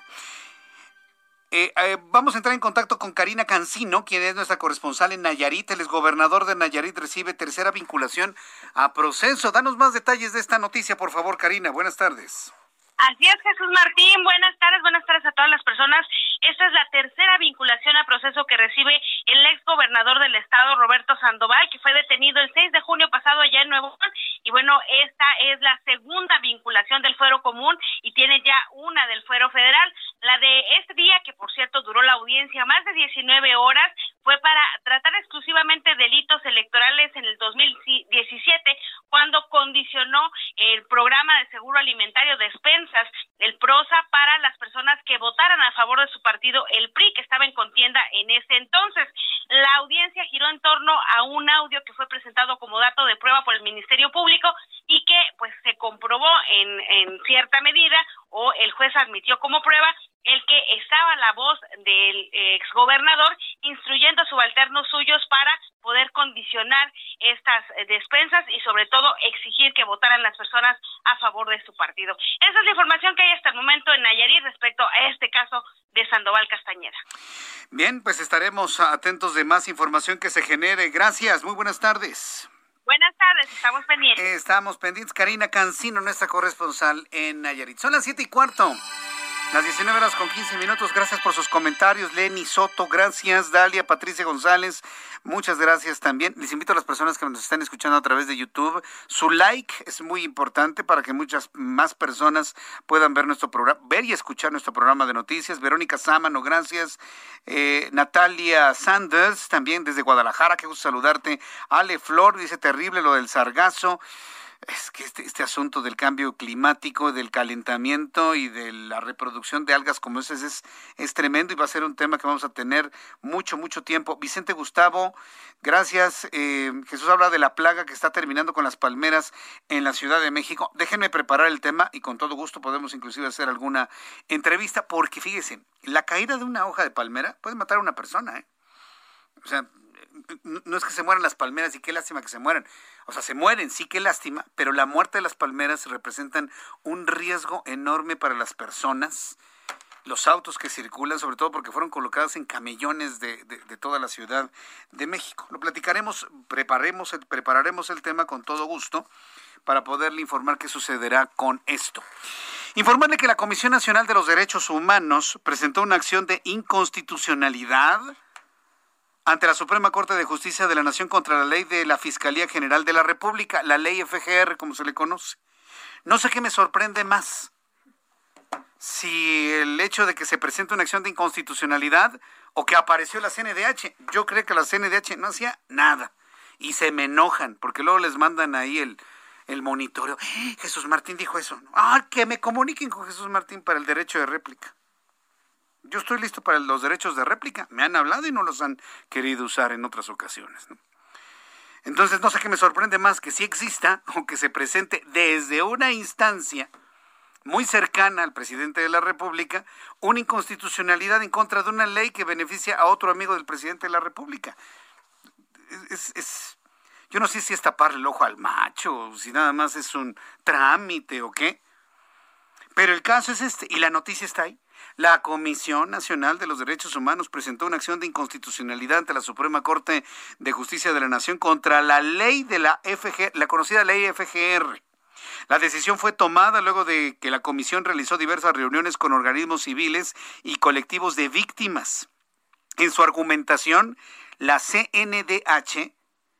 Eh, eh, vamos a entrar en contacto con Karina Cancino, quien es nuestra corresponsal en Nayarit. El exgobernador de Nayarit recibe tercera vinculación a proceso. Danos más detalles de esta noticia, por favor, Karina. Buenas tardes. Así es, Jesús Martín. Buenas tardes, buenas tardes a todas las personas. Esta es la tercera vinculación a proceso que recibe el exgobernador del estado, Roberto Sandoval, que fue detenido el seis de junio pasado allá en Nuevo León. Y bueno, esta es la segunda vinculación del fuero común y tiene ya una del fuero federal. La de este día, que por cierto duró la audiencia más de diecinueve horas, fue para tratar exclusivamente delitos electorales en el dos mil diecisiete, cuando condicionó el programa de seguro alimentario despensas, el PROSA, para las personas que votaran a favor de su partido, el P R I, que estaba en contienda en ese entonces. La audiencia giró en torno a un audio que fue presentado como dato de prueba por el Ministerio Público y que pues se comprobó en, en cierta medida, o el juez admitió como prueba, el que estaba la voz del exgobernador instruyendo a subalternos suyos para poder condicionar estas despensas y sobre todo exigir que votaran las personas a favor de su partido. Esa es la información que hay hasta el momento en Nayarit respecto a este caso de Sandoval Castañeda. Bien, pues estaremos atentos de más información que se genere. Gracias, muy buenas tardes. Buenas tardes, estamos pendientes. Estamos pendientes. Karina Cancino, nuestra corresponsal en Nayarit. Son las siete y cuarto. Las diecinueve horas con quince minutos. Gracias por sus comentarios. Lenny Soto, gracias. Dalia, Patricia González, muchas gracias también. Les invito a las personas que nos están escuchando a través de YouTube. Su like es muy importante para que muchas más personas puedan ver nuestro programa, ver y escuchar nuestro programa de noticias. Verónica Sámano, gracias. Eh, Natalia Sanders, también desde Guadalajara, qué gusto saludarte. Ale Flor, dice terrible lo del sargazo. Es que este, este asunto del cambio climático, del calentamiento y de la reproducción de algas como esas es, es tremendo y va a ser un tema que vamos a tener mucho, mucho tiempo. Vicente Gustavo, gracias. Eh, Jesús habla de la plaga que está terminando con las palmeras en la Ciudad de México. Déjenme preparar el tema y con todo gusto podemos inclusive hacer alguna entrevista, porque fíjense, la caída de una hoja de palmera puede matar a una persona, ¿eh? O sea, no es que se mueran las palmeras y qué lástima que se mueran. O sea, se mueren, sí, qué lástima, pero la muerte de las palmeras representan un riesgo enorme para las personas. los autos que circulan, sobre todo porque fueron colocadas en camellones de, de, de toda la Ciudad de México. Lo platicaremos, preparemos, prepararemos el tema con todo gusto para poderle informar qué sucederá con esto. Informarle que la Comisión Nacional de los Derechos Humanos presentó una acción de inconstitucionalidad ante la Suprema Corte de Justicia de la Nación contra la ley de la Fiscalía General de la República, la ley F G R, como se le conoce. No sé qué me sorprende más, si el hecho de que se presente una acción de inconstitucionalidad o que apareció la C N D H. Yo creo que la C N D H no hacía nada y se me enojan porque luego les mandan ahí el, el monitoreo. Jesús Martín dijo eso. Ah, que me comuniquen con Jesús Martín para el derecho de réplica. Yo estoy listo para los derechos de réplica. Me han hablado y no los han querido usar en otras ocasiones, ¿no? Entonces no sé qué me sorprende más, que sí exista o que se presente desde una instancia muy cercana al presidente de la República una inconstitucionalidad en contra de una ley que beneficia a otro amigo del presidente de la República. Es, es, yo no sé si es taparle el ojo al macho, o si nada más es un trámite o qué, pero el caso es este, y la noticia está ahí. La Comisión Nacional de los Derechos Humanos presentó una acción de inconstitucionalidad ante la Suprema Corte de Justicia de la Nación contra la ley de la F G, la conocida ley F G R. La decisión fue tomada luego de que la comisión realizó diversas reuniones con organismos civiles y colectivos de víctimas. En su argumentación, la C N D H,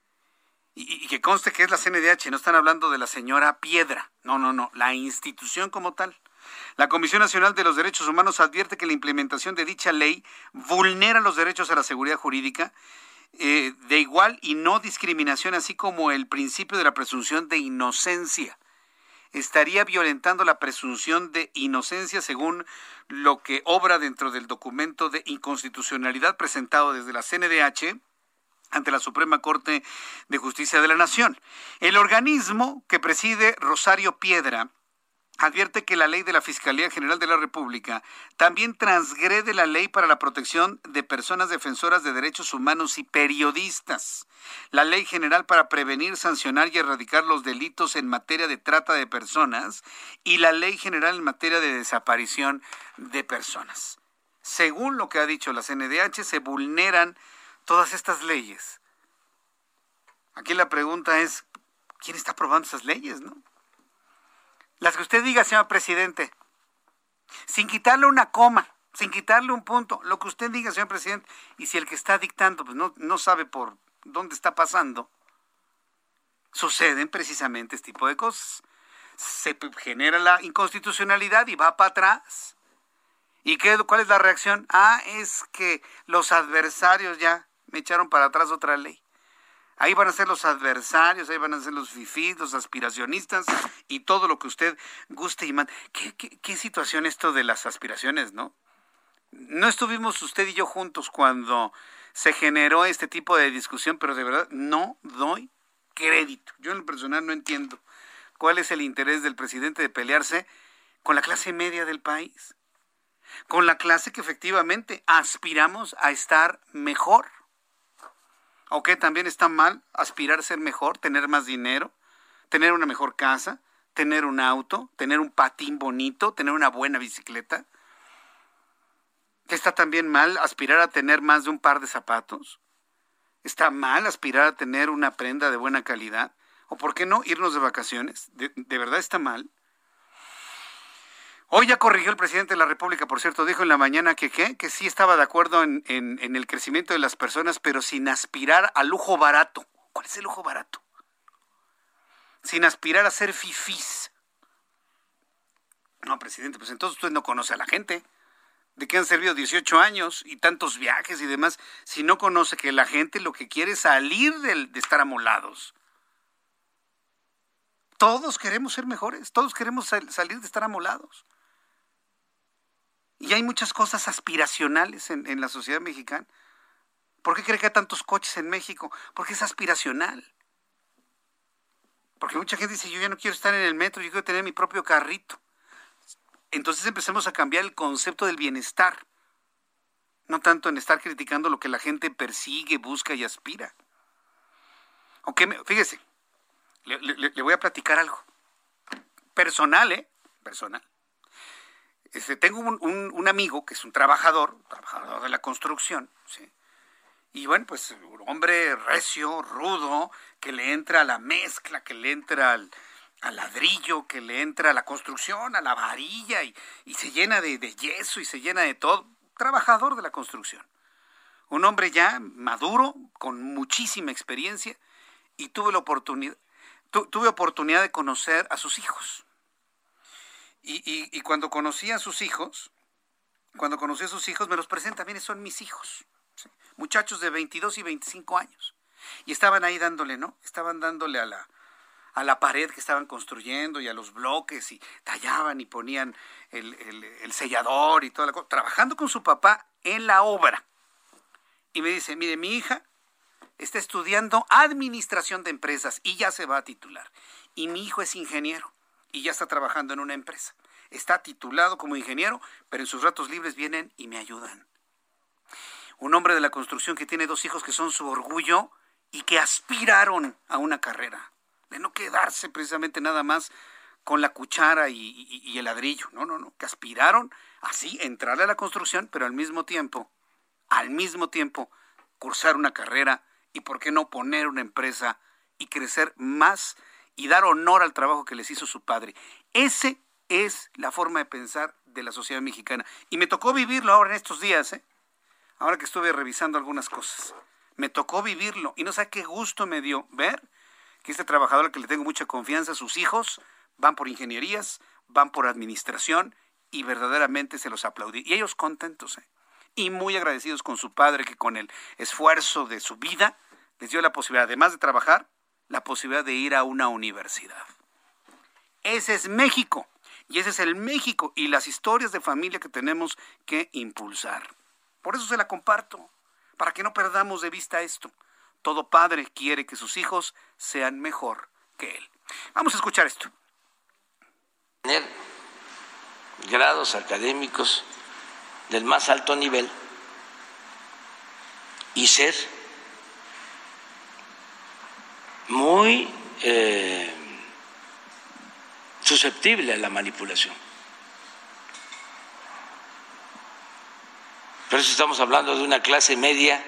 y, y que conste que es la C N D H, no están hablando de la señora Piedra, no, no, no, la institución como tal. La Comisión Nacional de los Derechos Humanos advierte que la implementación de dicha ley vulnera los derechos a la seguridad jurídica eh, de igual y no discriminación, así como el principio de la presunción de inocencia. Estaría violentando la presunción de inocencia según lo que obra dentro del documento de inconstitucionalidad presentado desde la C N D H ante la Suprema Corte de Justicia de la Nación. El organismo que preside Rosario Piedra advierte que la ley de la Fiscalía General de la República también transgrede la ley para la protección de personas defensoras de derechos humanos y periodistas, la Ley General para prevenir, sancionar y erradicar los delitos en materia de trata de personas y la Ley General en materia de desaparición de personas. Según lo que ha dicho la C N D H, se vulneran todas estas leyes. Aquí la pregunta es, ¿quién está aprobando esas leyes, no? Las que usted diga, señor presidente, sin quitarle una coma, sin quitarle un punto, lo que usted diga, señor presidente, y si el que está dictando pues no, no sabe por dónde está pasando, suceden precisamente este tipo de cosas. Se genera la inconstitucionalidad y va para atrás. ¿Y qué, cuál es la reacción? Ah, es que los adversarios ya me echaron para atrás otra ley. Ahí van a ser los adversarios, ahí van a ser los fifís, los aspiracionistas y todo lo que usted guste y mande. ¿Qué, qué, qué situación esto de las aspiraciones, no? No estuvimos usted y yo juntos cuando se generó este tipo de discusión, pero de verdad no doy crédito. Yo en lo personal no entiendo cuál es el interés del presidente de pelearse con la clase media del país, con la clase que efectivamente aspiramos a estar mejor. ¿O qué también está mal aspirar a ser mejor, tener más dinero, tener una mejor casa, tener un auto, tener un patín bonito, tener una buena bicicleta? ¿Está también mal aspirar a tener más de un par de zapatos? ¿Está mal aspirar a tener una prenda de buena calidad? ¿O por qué no irnos de vacaciones? ¿De, de verdad está mal? Hoy ya corrigió el presidente de la República, por cierto, dijo en la mañana que ¿qué? Que sí estaba de acuerdo en, en, en el crecimiento de las personas, pero sin aspirar al lujo barato. ¿Cuál es el lujo barato? Sin aspirar a ser fifís. No, presidente, pues entonces usted no conoce a la gente. ¿De qué han servido dieciocho años y tantos viajes y demás? Si no conoce que la gente lo que quiere es salir de, de estar amolados. Todos queremos ser mejores, todos queremos sal, salir de estar amolados. Y hay muchas cosas aspiracionales en, en la sociedad mexicana. ¿Por qué cree que hay tantos coches en México? Porque es aspiracional. Porque mucha gente dice, yo ya no quiero estar en el metro, yo quiero tener mi propio carrito. Entonces empecemos a cambiar el concepto del bienestar. No tanto en estar criticando lo que la gente persigue, busca y aspira. Aunque, fíjese, le, le, le voy a platicar algo. Personal, ¿eh? Personal. Este, tengo un, un, un amigo que es un trabajador, trabajador de la construcción, ¿sí? Y bueno, pues un hombre recio, rudo, que le entra a la mezcla, que le entra al, al ladrillo, que le entra a la construcción, a la varilla, y, y se llena de, de yeso y se llena de todo. Trabajador de la construcción. Un hombre ya maduro, con muchísima experiencia, y tuve la oportunidad, tu, tuve oportunidad de conocer a sus hijos. Y, y, y cuando conocí a sus hijos, cuando conocí a sus hijos, me los presenta, miren, son mis hijos. ¿Sí? Muchachos de veintidós y veinticinco años. Y estaban ahí dándole, ¿no? Estaban dándole a la, a la pared que estaban construyendo y a los bloques, y tallaban y ponían el, el, el sellador y toda la cosa, trabajando con su papá en la obra. Y me dice, mire, mi hija está estudiando administración de empresas y ya se va a titular. Y mi hijo es ingeniero y ya está trabajando en una empresa. Está titulado como ingeniero, pero en sus ratos libres vienen y me ayudan. Un hombre de la construcción que tiene dos hijos que son su orgullo y que aspiraron a una carrera, de no quedarse precisamente nada más con la cuchara y, y, y el ladrillo. No, no, no, que aspiraron así, entrarle a la construcción, pero al mismo tiempo, al mismo tiempo, cursar una carrera y, ¿por qué no, poner una empresa y crecer más y dar honor al trabajo que les hizo su padre? Ese es la forma de pensar de la sociedad mexicana. Y me tocó vivirlo ahora en estos días, ¿eh? Ahora que estuve revisando algunas cosas. Me tocó vivirlo y no sé qué gusto me dio ver que este trabajador al que le tengo mucha confianza, sus hijos van por ingenierías, van por administración y verdaderamente se los aplaudí. Y ellos contentos, ¿eh? Y muy agradecidos con su padre, que con el esfuerzo de su vida les dio la posibilidad, además de trabajar, la posibilidad de ir a una universidad. Ese es México, y ese es el México y las historias de familia que tenemos que impulsar. Por eso se la comparto, para que no perdamos de vista esto. Todo padre quiere que sus hijos sean mejor que él. Vamos a escuchar esto. Tener grados académicos del más alto nivel y ser muy eh, susceptible a la manipulación. Por eso estamos hablando de una clase media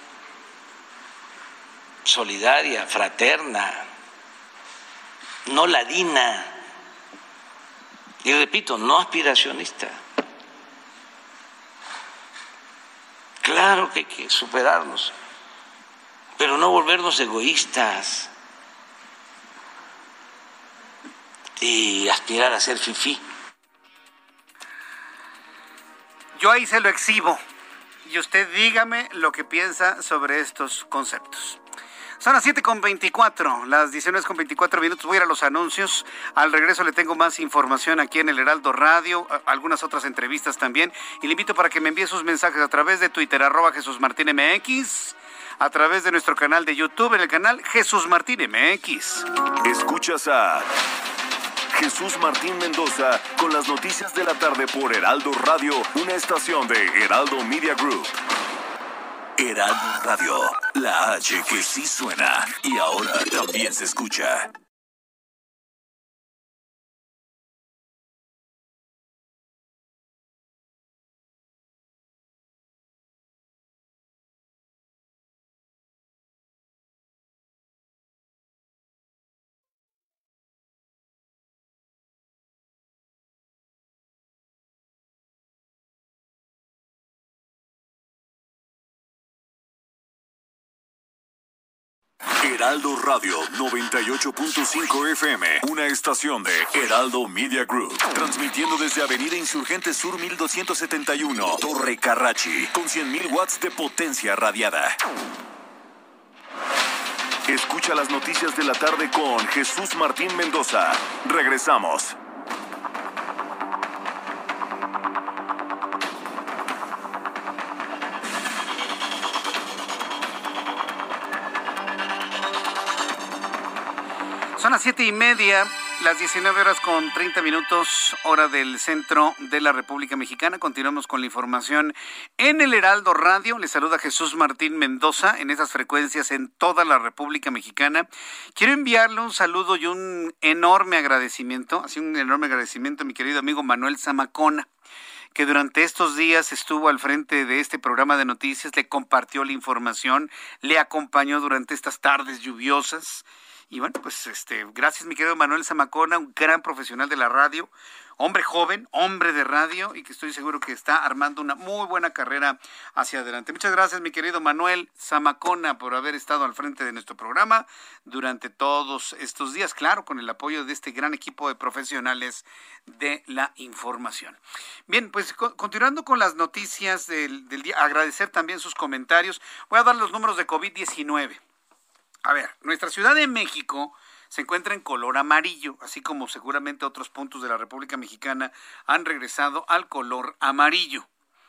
solidaria, fraterna, no ladina y, repito, no aspiracionista. Claro que hay que superarnos, pero no volvernos egoístas y aspirar a ser fifí. Yo ahí se lo exhibo y usted dígame lo que piensa sobre estos conceptos. Son las siete con veinticuatro, las diecinueve con veinticuatro minutos. Voy a ir a los anuncios. Al regreso le tengo más información aquí en el Heraldo Radio, algunas otras entrevistas también. Y le invito para que me envíe sus mensajes a través de Twitter, arroba Jesús Martín M X, a través de nuestro canal de YouTube, en el canal Jesús Martín M X. Escuchas a Jesús Martín Mendoza con las noticias de la tarde por Heraldo Radio, una estación de Heraldo Media Group. Heraldo Radio, la H que sí suena y ahora también se escucha. Heraldo Radio noventa y ocho punto cinco F M, una estación de Heraldo Media Group, transmitiendo desde Avenida Insurgente Sur mil doscientos setenta y uno, Torre Carrachi, con cien mil watts de potencia radiada. Escucha las noticias de la tarde con Jesús Martín Mendoza. Regresamos. Son las siete y media Las diecinueve horas con treinta minutos, hora del centro de la República Mexicana. Continuamos con la información en el Heraldo Radio. Les saluda Jesús Martín Mendoza en esas frecuencias en toda la República Mexicana. Quiero enviarle un saludo y un enorme agradecimiento, así un enorme agradecimiento a mi querido amigo Manuel Zamacona, que durante estos días estuvo al frente de este programa de noticias, le compartió la información, le acompañó durante estas tardes lluviosas. Y bueno, pues este, gracias mi querido Manuel Zamacona, un gran profesional de la radio, hombre joven, hombre de radio y que estoy seguro que está armando una muy buena carrera hacia adelante. Muchas gracias mi querido Manuel Zamacona por haber estado al frente de nuestro programa durante todos estos días, claro, con el apoyo de este gran equipo de profesionales de la información. Bien, pues co- continuando con las noticias del, del día, agradecer también sus comentarios. Voy a dar los números de COVID diecinueve. A ver, nuestra Ciudad de México se encuentra en color amarillo, así como seguramente otros puntos de la República Mexicana han regresado al color amarillo.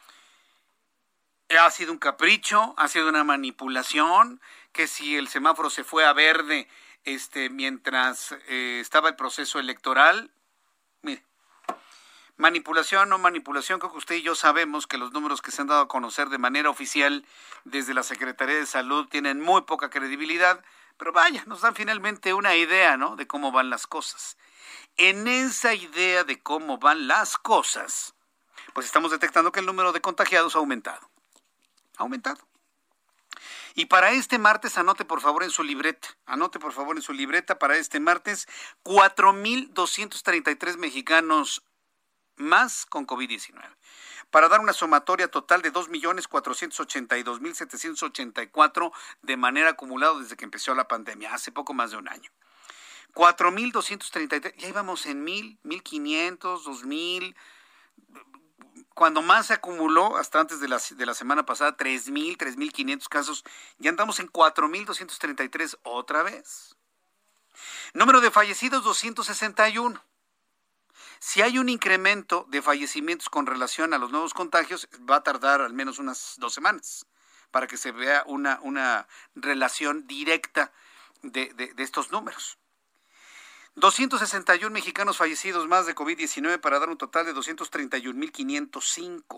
Ha sido un capricho, ha sido una manipulación, que si el semáforo se fue a verde este, mientras eh, estaba el proceso electoral, mire, manipulación o no manipulación, creo que usted y yo sabemos que los números que se han dado a conocer de manera oficial desde la Secretaría de Salud tienen muy poca credibilidad, pero vaya, nos dan finalmente una idea, ¿no?, de cómo van las cosas. En esa idea de cómo van las cosas, pues estamos detectando que el número de contagiados ha aumentado. Ha aumentado. Y para este martes, anote por favor en su libreta, anote por favor en su libreta para este martes, cuatro mil doscientos treinta y tres mexicanos más con COVID diecinueve, para dar una sumatoria total de dos millones cuatrocientos ochenta y dos mil setecientos ochenta y cuatro de manera acumulada desde que empezó la pandemia, hace poco más de un año. cuatro mil doscientos treinta y tres, ya íbamos en mil, mil quinientos, dos mil, cuando más se acumuló hasta antes de la, de la semana pasada, tres mil, tres mil quinientos casos, ya andamos en cuatro mil doscientos treinta y tres otra vez. Número de fallecidos, doscientos sesenta y uno. Si hay un incremento de fallecimientos con relación a los nuevos contagios, va a tardar al menos unas dos semanas para que se vea una, una relación directa de, de, de estos números. doscientos sesenta y uno mexicanos fallecidos más de COVID diecinueve para dar un total de doscientos treinta y un mil quinientos cinco.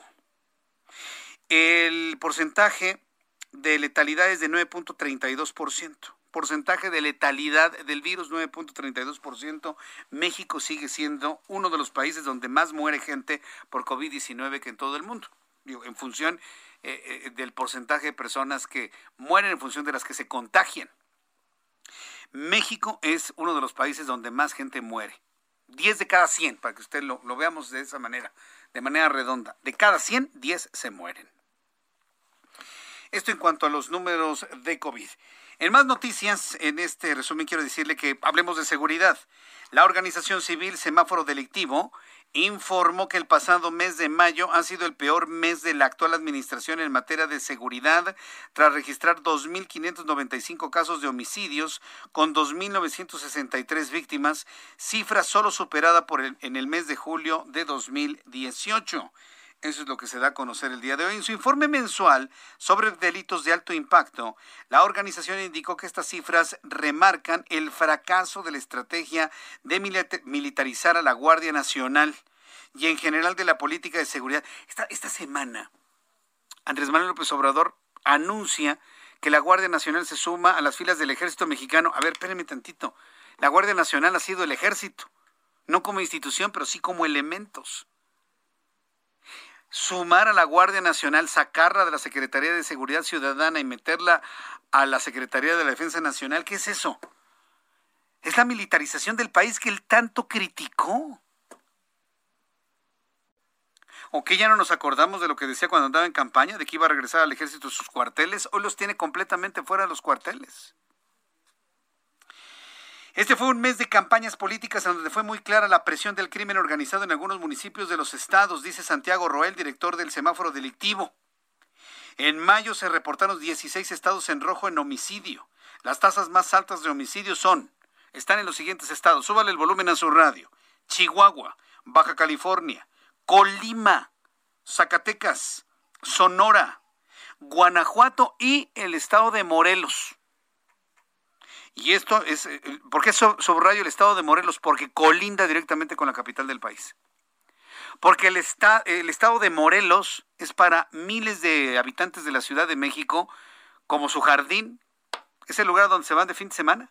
El porcentaje de letalidad es de nueve punto treinta y dos por ciento. Porcentaje de letalidad del virus, nueve punto treinta y dos por ciento. México sigue siendo uno de los países donde más muere gente por COVID diecinueve que en todo el mundo. Digo, en función eh, eh, del porcentaje de personas que mueren en función de las que se contagian. México es uno de los países donde más gente muere. diez de cada cien, para que usted lo, lo veamos de esa manera, de manera redonda. De cada cien, diez se mueren. Esto en cuanto a los números de COVID. En más noticias, en este resumen quiero decirle que hablemos de seguridad. La organización civil Semáforo Delictivo informó que el pasado mes de mayo ha sido el peor mes de la actual administración en materia de seguridad, tras registrar dos mil quinientos noventa y cinco casos de homicidios con dos mil novecientos sesenta y tres víctimas, cifra solo superada por el, en el mes de julio de dos mil dieciocho. Eso es lo que se da a conocer el día de hoy. En su informe mensual sobre delitos de alto impacto, la organización indicó que estas cifras remarcan el fracaso de la estrategia de militarizar a la Guardia Nacional y en general de la política de seguridad. Esta, esta semana, Andrés Manuel López Obrador anuncia que la Guardia Nacional se suma a las filas del Ejército Mexicano. A ver, espérenme tantito. La Guardia Nacional ha sido el Ejército, no como institución, pero sí como elementos. Sumar a la Guardia Nacional, sacarla de la Secretaría de Seguridad Ciudadana y meterla a la Secretaría de la Defensa Nacional, ¿qué es eso? Es la militarización del país que él tanto criticó. ¿O que ya no nos acordamos de lo que decía cuando andaba en campaña, de que iba a regresar al ejército sus cuarteles? Hoy los tiene completamente fuera de los cuarteles. Este fue un mes de campañas políticas en donde fue muy clara la presión del crimen organizado en algunos municipios de los estados, dice Santiago Roel, director del Semáforo Delictivo. En mayo se reportaron dieciséis estados en rojo en homicidio. Las tasas más altas de homicidio son, están en los siguientes estados, súbale el volumen a su radio: Chihuahua, Baja California, Colima, Zacatecas, Sonora, Guanajuato y el estado de Morelos. Y esto es, ¿por qué subrayo el estado de Morelos? Porque colinda directamente con la capital del país. Porque el, esta, el estado de Morelos es para miles de habitantes de la Ciudad de México como su jardín. Es el lugar donde se van de fin de semana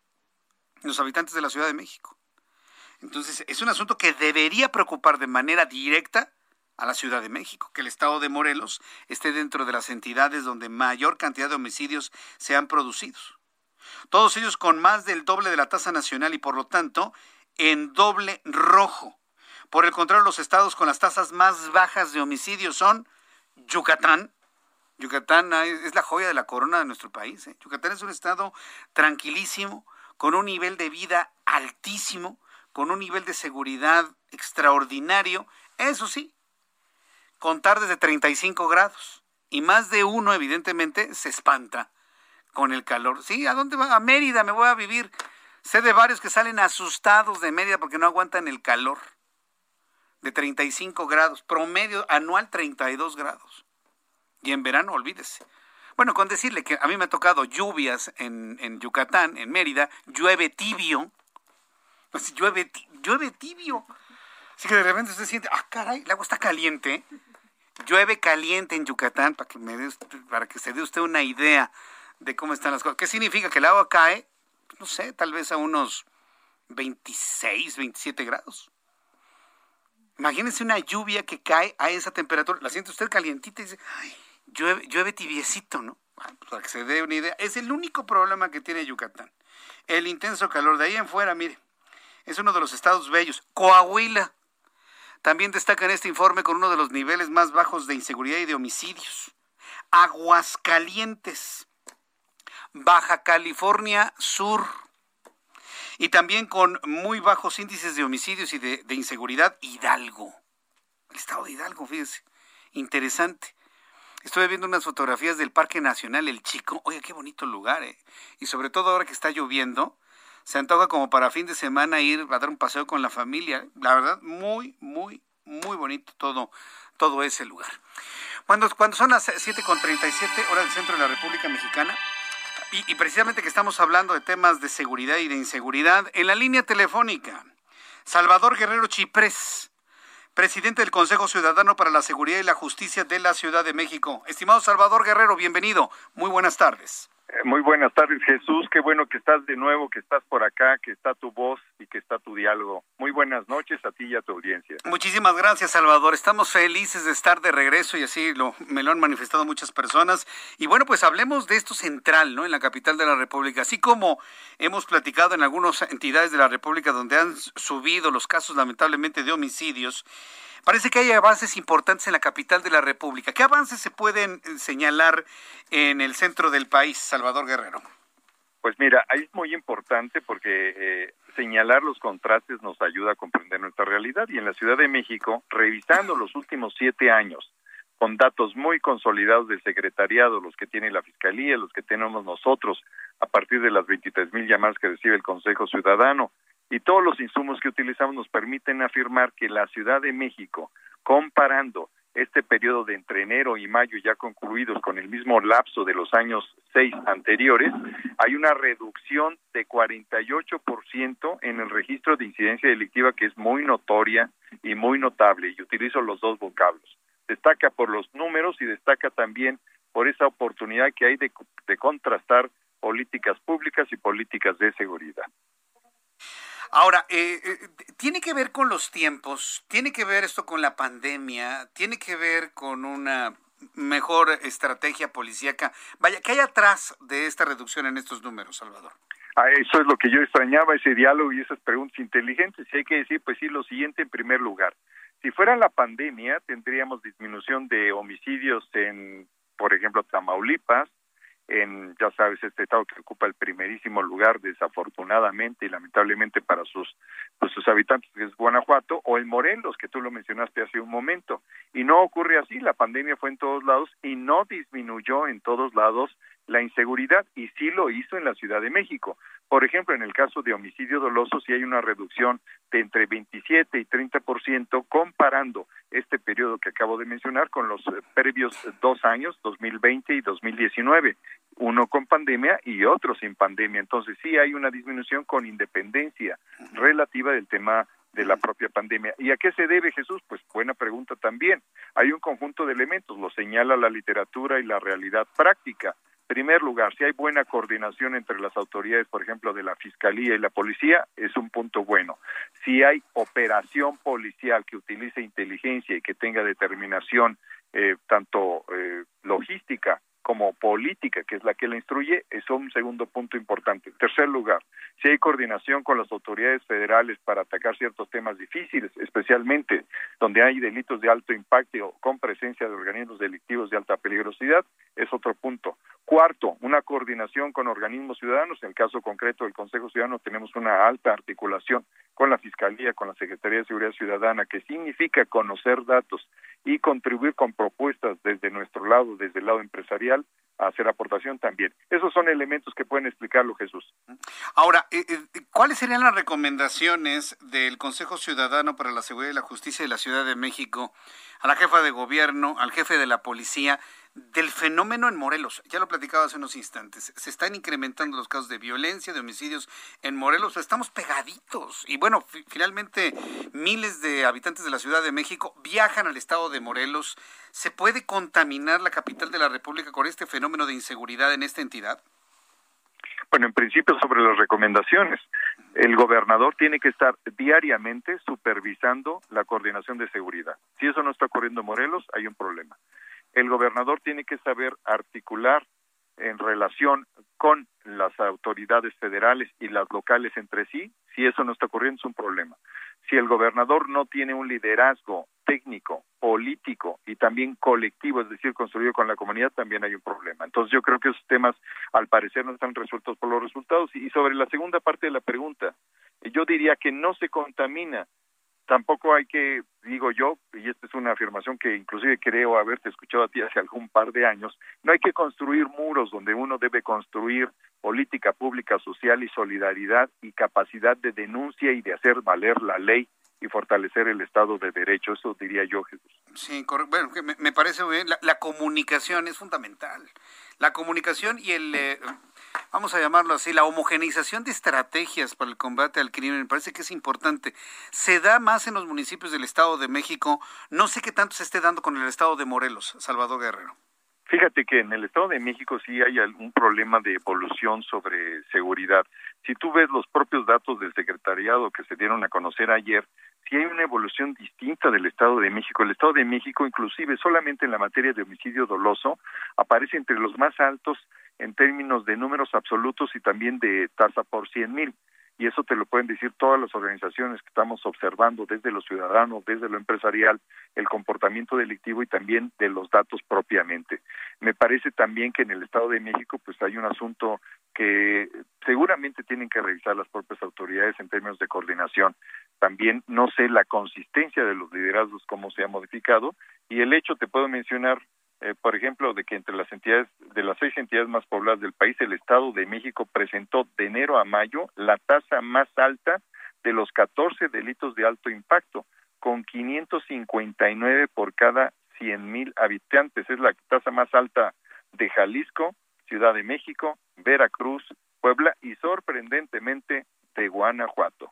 los habitantes de la Ciudad de México. Entonces, es un asunto que debería preocupar de manera directa a la Ciudad de México, que el estado de Morelos esté dentro de las entidades donde mayor cantidad de homicidios se han producido. Todos ellos con más del doble de la tasa nacional y, por lo tanto, en doble rojo. Por el contrario, los estados con las tasas más bajas de homicidios son Yucatán. Yucatán es la joya de la corona de nuestro país. ¿eh? Yucatán es un estado tranquilísimo, con un nivel de vida altísimo, con un nivel de seguridad extraordinario. Eso sí, con tardes de treinta y cinco grados. Y más de uno, evidentemente, se espanta con el calor. Sí, ¿a dónde va? A Mérida me voy a vivir. Sé de varios que salen asustados de Mérida porque no aguantan el calor. De treinta y cinco grados, promedio anual treinta y dos grados. Y en verano, olvídese. Bueno, con decirle que a mí me ha tocado lluvias en, en Yucatán, en Mérida, llueve tibio. Pues llueve, llueve tibio. Así que de repente usted siente, ah, caray, el agua está caliente. Llueve caliente en Yucatán, para que, me dé, para que se dé usted una idea de cómo están las cosas. ¿Qué significa? Que el agua cae, no sé, tal vez a unos veintiséis, veintisiete grados. Imagínese una lluvia que cae a esa temperatura. La siente usted calientita y dice, ay, llueve, llueve tibiecito, ¿no? Bueno, para que se dé una idea. Es el único problema que tiene Yucatán. El intenso calor. De ahí en fuera, mire, es uno de los estados bellos. Coahuila también destaca en este informe con uno de los niveles más bajos de inseguridad y de homicidios. Aguascalientes, Baja California Sur, y también con muy bajos índices de homicidios y de, de inseguridad, Hidalgo. El estado de Hidalgo, fíjese, interesante. Estuve viendo unas fotografías del Parque Nacional El Chico. Oye, qué bonito lugar, ¿eh? Y sobre todo ahora que está lloviendo, se antoja como para fin de semana ir a dar un paseo con la familia. La verdad, muy, muy, muy bonito todo, todo ese lugar. Cuando, cuando son las siete con treinta y siete, hora del centro de la República Mexicana, y, y precisamente que estamos hablando de temas de seguridad y de inseguridad, en la línea telefónica, Salvador Guerrero Chiprés, presidente del Consejo Ciudadano para la Seguridad y la Justicia de la Ciudad de México. Estimado Salvador Guerrero, bienvenido. Muy buenas tardes. Eh, muy buenas tardes, Jesús. Qué bueno que estás de nuevo, que estás por acá, que está tu voz y que está tu diálogo. Muy buenas noches a ti y a tu audiencia. Muchísimas gracias, Salvador. Estamos felices de estar de regreso y así lo, me lo han manifestado muchas personas. Y bueno, pues hablemos de esto central, ¿no? En la capital de la República. Así como hemos platicado en algunas entidades de la República donde han subido los casos lamentablemente de homicidios, parece que hay avances importantes en la capital de la República. ¿Qué avances se pueden señalar en el centro del país, Salvador Guerrero? Pues mira, ahí es muy importante porque eh, señalar los contrastes nos ayuda a comprender nuestra realidad. Y en la Ciudad de México, revisando los últimos siete años, con datos muy consolidados del secretariado, los que tiene la Fiscalía, los que tenemos nosotros, a partir de las veintitrés mil llamadas que recibe el Consejo Ciudadano, y todos los insumos que utilizamos nos permiten afirmar que la Ciudad de México, comparando este periodo de entre enero y mayo ya concluidos con el mismo lapso de los años seis anteriores, hay una reducción de cuarenta y ocho por ciento en el registro de incidencia delictiva, que es muy notoria y muy notable, y utilizo los dos vocablos. Destaca por los números y destaca también por esa oportunidad que hay de, de contrastar políticas públicas y políticas de seguridad. Ahora, eh, eh, tiene que ver con los tiempos, tiene que ver esto con la pandemia, tiene que ver con una mejor estrategia policíaca. Vaya, ¿qué hay atrás de esta reducción en estos números, Salvador? Ah, eso es lo que yo extrañaba, ese diálogo y esas preguntas inteligentes. Y hay que decir, pues sí, lo siguiente en primer lugar. Si fuera la pandemia, tendríamos disminución de homicidios en, por ejemplo, Tamaulipas, en, ya sabes, este estado que ocupa el primerísimo lugar, desafortunadamente y lamentablemente para sus, pues, sus habitantes, que es Guanajuato, o en Morelos, que tú lo mencionaste hace un momento. Y no ocurre así, la pandemia fue en todos lados y no disminuyó en todos lados la inseguridad, y sí lo hizo en la Ciudad de México. Por ejemplo, en el caso de homicidio doloso, sí hay una reducción de entre veintisiete y treinta por ciento, comparando este periodo que acabo de mencionar con los eh, previos dos años, dos mil veinte y dos mil diecinueve, uno con pandemia y otro sin pandemia. Entonces sí hay una disminución con independencia relativa del tema de la propia pandemia. ¿Y a qué se debe, Jesús? Pues buena pregunta también. Hay un conjunto de elementos, lo señala la literatura y la realidad práctica. En primer lugar, si hay buena coordinación entre las autoridades, por ejemplo, de la Fiscalía y la Policía, es un punto bueno. Si hay operación policial que utilice inteligencia y que tenga determinación eh, tanto eh, logística como política, que es la que la instruye, es un segundo punto importante. En tercer lugar, si hay coordinación con las autoridades federales para atacar ciertos temas difíciles, especialmente donde hay delitos de alto impacto con presencia de organismos delictivos de alta peligrosidad, es otro punto. Cuarto, una coordinación con organismos ciudadanos. En el caso concreto del Consejo Ciudadano tenemos una alta articulación con la Fiscalía, con la Secretaría de Seguridad Ciudadana, que significa conocer datos y contribuir con propuestas desde nuestro lado, desde el lado empresarial, a hacer aportación también. Esos son elementos que pueden explicarlo, Jesús. Ahora, eh, eh, ¿cuáles serían las recomendaciones del Consejo Ciudadano para la Seguridad y la Justicia de la Ciudad de México a la jefa de gobierno, al jefe de la policía, del fenómeno en Morelos? Ya lo platicaba hace unos instantes. Se están incrementando los casos de violencia, de homicidios en Morelos. Estamos pegaditos. Y bueno, fi- finalmente miles de habitantes de la Ciudad de México viajan al estado de Morelos. ¿Se puede contaminar la capital de la República con este fenómeno de inseguridad en esta entidad? Bueno, en principio sobre las recomendaciones, el gobernador tiene que estar diariamente supervisando la coordinación de seguridad. Si eso no está ocurriendo en Morelos, hay un problema. El gobernador tiene que saber articular en relación con las autoridades federales y las locales entre sí. Si eso no está ocurriendo, es un problema. Si el gobernador no tiene un liderazgo técnico, político y también colectivo, es decir, construido con la comunidad, también hay un problema. Entonces yo creo que esos temas al parecer no están resueltos por los resultados. Y sobre la segunda parte de la pregunta, yo diría que no se contamina. Tampoco hay que, digo yo, y esta es una afirmación que inclusive creo haberte escuchado a ti hace algún par de años, no hay que construir muros donde uno debe construir política pública social y solidaridad y capacidad de denuncia y de hacer valer la ley y fortalecer el Estado de Derecho. Eso diría yo, Jesús. Sí, correcto. Bueno, que me, me parece bien. La, la comunicación es fundamental. La comunicación y el, eh, vamos a llamarlo así, la homogeneización de estrategias para el combate al crimen, me parece que es importante. Se da más en los municipios del Estado de México. No sé qué tanto se esté dando con el Estado de Morelos, Salvador Guerrero. Fíjate que en el Estado de México sí hay algún problema de evolución sobre seguridad. Si tú ves los propios datos del secretariado que se dieron a conocer ayer, sí hay una evolución distinta del Estado de México. El Estado de México, inclusive solamente en la materia de homicidio doloso, aparece entre los más altos en términos de números absolutos y también de tasa por cien mil. Y eso te lo pueden decir todas las organizaciones que estamos observando, desde los ciudadanos, desde lo empresarial, el comportamiento delictivo y también de los datos propiamente. Me parece también que en el Estado de México pues hay un asunto que seguramente tienen que revisar las propias autoridades en términos de coordinación. También no sé la consistencia de los liderazgos, cómo se ha modificado, y el hecho, te puedo mencionar, Eh, por ejemplo, de que entre las entidades, de las seis entidades más pobladas del país, el Estado de México presentó de enero a mayo la tasa más alta de los catorce delitos de alto impacto, con quinientos cincuenta y nueve por cada cien mil habitantes. Es la tasa más alta de Jalisco, Ciudad de México, Veracruz, Puebla y sorprendentemente de Guanajuato.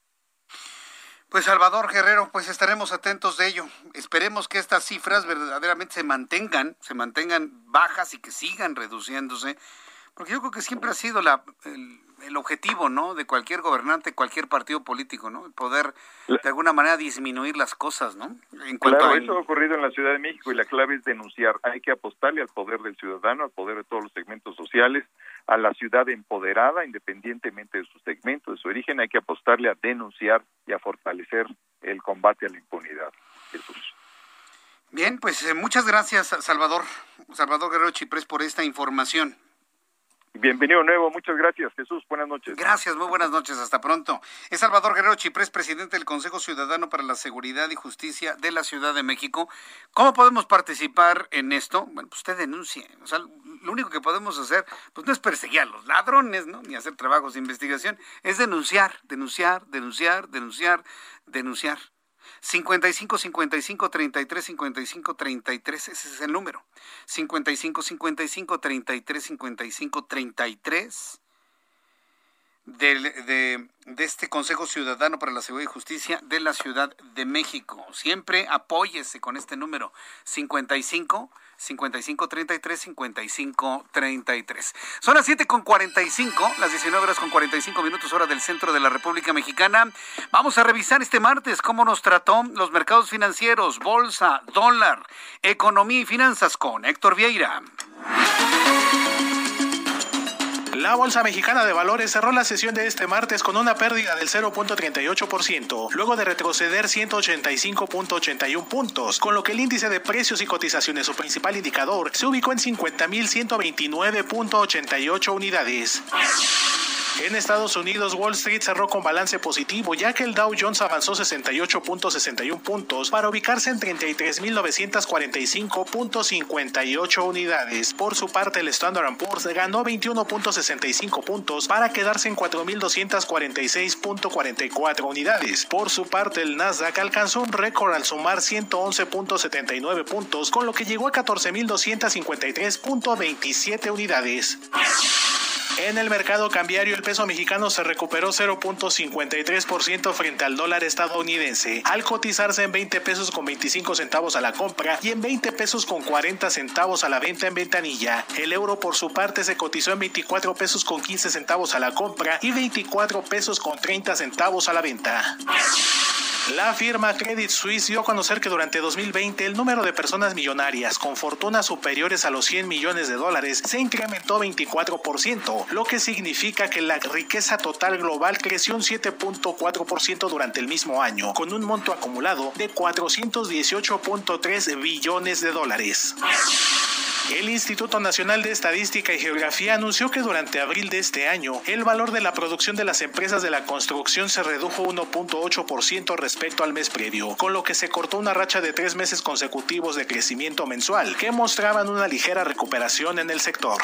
Pues Salvador Guerrero, pues estaremos atentos de ello. Esperemos que estas cifras verdaderamente se mantengan, se mantengan bajas y que sigan reduciéndose, porque yo creo que siempre ha sido la, el, el objetivo, ¿no?, de cualquier gobernante, cualquier partido político, ¿no?, el poder de alguna manera disminuir las cosas, ¿no? En cuanto Claro, a... eso ha ocurrido en la Ciudad de México y la clave es denunciar. Hay que apostarle al poder del ciudadano, al poder de todos los segmentos sociales, a la ciudad empoderada, independientemente de su segmento, de su origen. Hay que apostarle a denunciar y a fortalecer el combate a la impunidad. Jesús. Bien, pues eh, muchas gracias, Salvador, Salvador Guerrero Chiprés, por esta información. Bienvenido nuevo, muchas gracias, Jesús, buenas noches. Gracias, muy buenas noches, hasta pronto. Es Salvador Guerrero Chiprés, presidente del Consejo Ciudadano para la Seguridad y Justicia de la Ciudad de México. ¿Cómo podemos participar en esto? Bueno, pues usted denuncie. O sea, lo único que podemos hacer, pues no es perseguir a los ladrones, ¿no? Ni hacer trabajos de investigación, es denunciar, denunciar, denunciar, denunciar, denunciar. cincuenta y cinco, cincuenta y cinco, treinta y tres, cincuenta y cinco, treinta y tres, ese es el número. cincuenta y cinco, cincuenta y cinco, treinta y tres, cincuenta y cinco, treinta y tres. De, de, de este Consejo Ciudadano para la Seguridad y Justicia de la Ciudad de México. Siempre apóyese con este número, cincuenta y cinco, cincuenta y cinco, treinta y tres, cincuenta y cinco, treinta y tres. Son las siete con cuarenta y cinco, las diecinueve horas con cuarenta y cinco minutos, hora del centro de la República Mexicana. Vamos a revisar este martes cómo nos trató los mercados financieros, bolsa, dólar, economía y finanzas con Héctor Vieira. La Bolsa Mexicana de Valores cerró la sesión de este martes con una pérdida del cero punto treinta y ocho por ciento, luego de retroceder ciento ochenta y cinco punto ochenta y uno puntos, con lo que el índice de precios y cotizaciones, su principal indicador, se ubicó en cincuenta mil ciento veintinueve punto ochenta y ocho unidades. En Estados Unidos, Wall Street cerró con balance positivo, ya que el Dow Jones avanzó sesenta y ocho punto sesenta y uno puntos para ubicarse en treinta y tres mil novecientos cuarenta y cinco punto cincuenta y ocho unidades. Por su parte, el Standard and Poor's ganó veintiuno punto sesenta y cinco puntos para quedarse en cuatro mil doscientos cuarenta y seis punto cuarenta y cuatro unidades. Por su parte, el Nasdaq alcanzó un récord al sumar ciento once punto setenta y nueve puntos, con lo que llegó a catorce mil doscientos cincuenta y tres punto veintisiete unidades. En el mercado cambiario, el peso mexicano se recuperó cero punto cincuenta y tres por ciento frente al dólar estadounidense, al cotizarse en veinte pesos con veinticinco centavos a la compra y en veinte pesos con cuarenta centavos a la venta en ventanilla. El euro, por su parte, se cotizó en veinticuatro pesos con quince centavos a la compra y veinticuatro pesos con treinta centavos a la venta. La firma Credit Suisse dio a conocer que durante dos mil veinte el número de personas millonarias con fortunas superiores a los cien millones de dólares se incrementó veinticuatro por ciento, lo que significa que la riqueza total global creció un siete punto cuatro por ciento durante el mismo año, con un monto acumulado de cuatrocientos dieciocho punto tres billones de dólares. El Instituto Nacional de Estadística y Geografía anunció que durante abril de este año, el valor de la producción de las empresas de la construcción se redujo uno punto ocho por ciento respecto al mes previo, con lo que se cortó una racha de tres meses consecutivos de crecimiento mensual, que mostraban una ligera recuperación en el sector.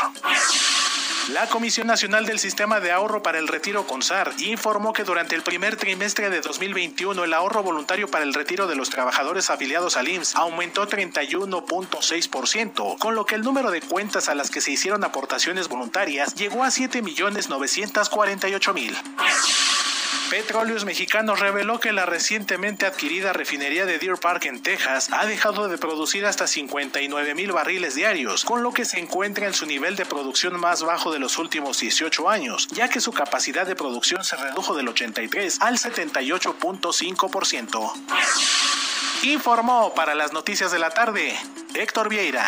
La Comisión Nacional del Sistema de Ahorro para el Retiro CONSAR informó que durante el primer trimestre de dos mil veintiuno el ahorro voluntario para el retiro de los trabajadores afiliados al I M S S aumentó treinta y uno punto seis por ciento, con lo que el número de cuentas a las que se hicieron aportaciones voluntarias llegó a siete millones novecientos cuarenta y ocho mil. Petróleos Mexicanos reveló que la recientemente adquirida refinería de Deer Park en Texas ha dejado de producir hasta cincuenta y nueve mil barriles diarios, con lo que se encuentra en su nivel de producción más bajo de los últimos dieciocho años, ya que su capacidad de producción se redujo del ochenta y tres al setenta y ocho punto cinco por ciento. Informó para las noticias de la tarde Héctor Vieira.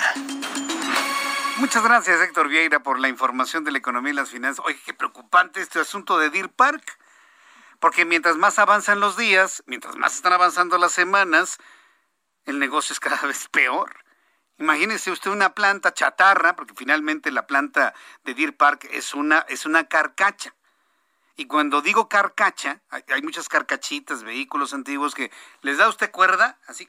Muchas gracias, Héctor Vieira, por la información de la economía y las finanzas. Oye, qué preocupante este asunto de Deer Park. Porque mientras más avanzan los días, mientras más están avanzando las semanas, el negocio es cada vez peor. Imagínese usted una planta chatarra, porque finalmente la planta de Deer Park es una, es una carcacha. Y cuando digo carcacha, hay, hay muchas carcachitas, vehículos antiguos que les da usted cuerda, así,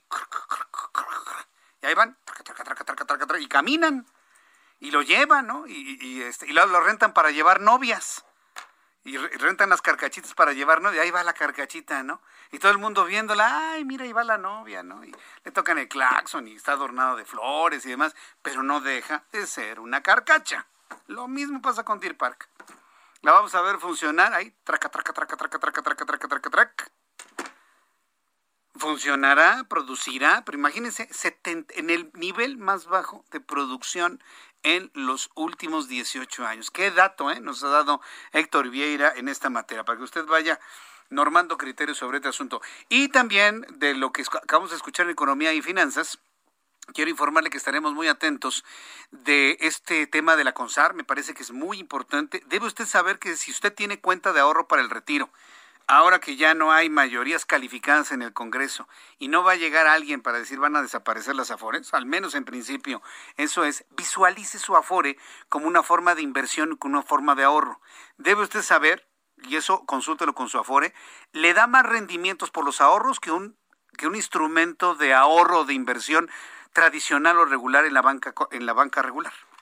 y ahí van, y caminan, y lo llevan, ¿no? Y, y, este, y lo, lo rentan para llevar novias. Y rentan las carcachitas para llevar novia, ahí va la carcachita, ¿no? Y todo el mundo viéndola, ay, mira, ahí va la novia, ¿no? Y le tocan el claxon y está adornado de flores y demás, pero no deja de ser una carcacha. Lo mismo pasa con Deer Park. La vamos a ver funcionar ahí, traca, traca, traca, traca, traca, traca, traca, traca, traca. Funcionará, producirá, pero imagínense, setenta, en el nivel más bajo de producción en los últimos dieciocho años. Qué dato eh, nos ha dado Héctor Vieira en esta materia, para que usted vaya normando criterios sobre este asunto. Y también de lo que acabamos de escuchar en Economía y Finanzas, quiero informarle que estaremos muy atentos de este tema de la CONSAR. Me parece que es muy importante. Debe usted saber que si usted tiene cuenta de ahorro para el retiro, ahora que ya no hay mayorías calificadas en el Congreso y no va a llegar alguien para decir van a desaparecer las afores, al menos en principio, eso es, visualice su afore como una forma de inversión, como una forma de ahorro. Debe usted saber, y eso consúltelo con su afore, le da más rendimientos por los ahorros que un, que un instrumento de ahorro o de inversión tradicional o regular en la banca, en la banca regular.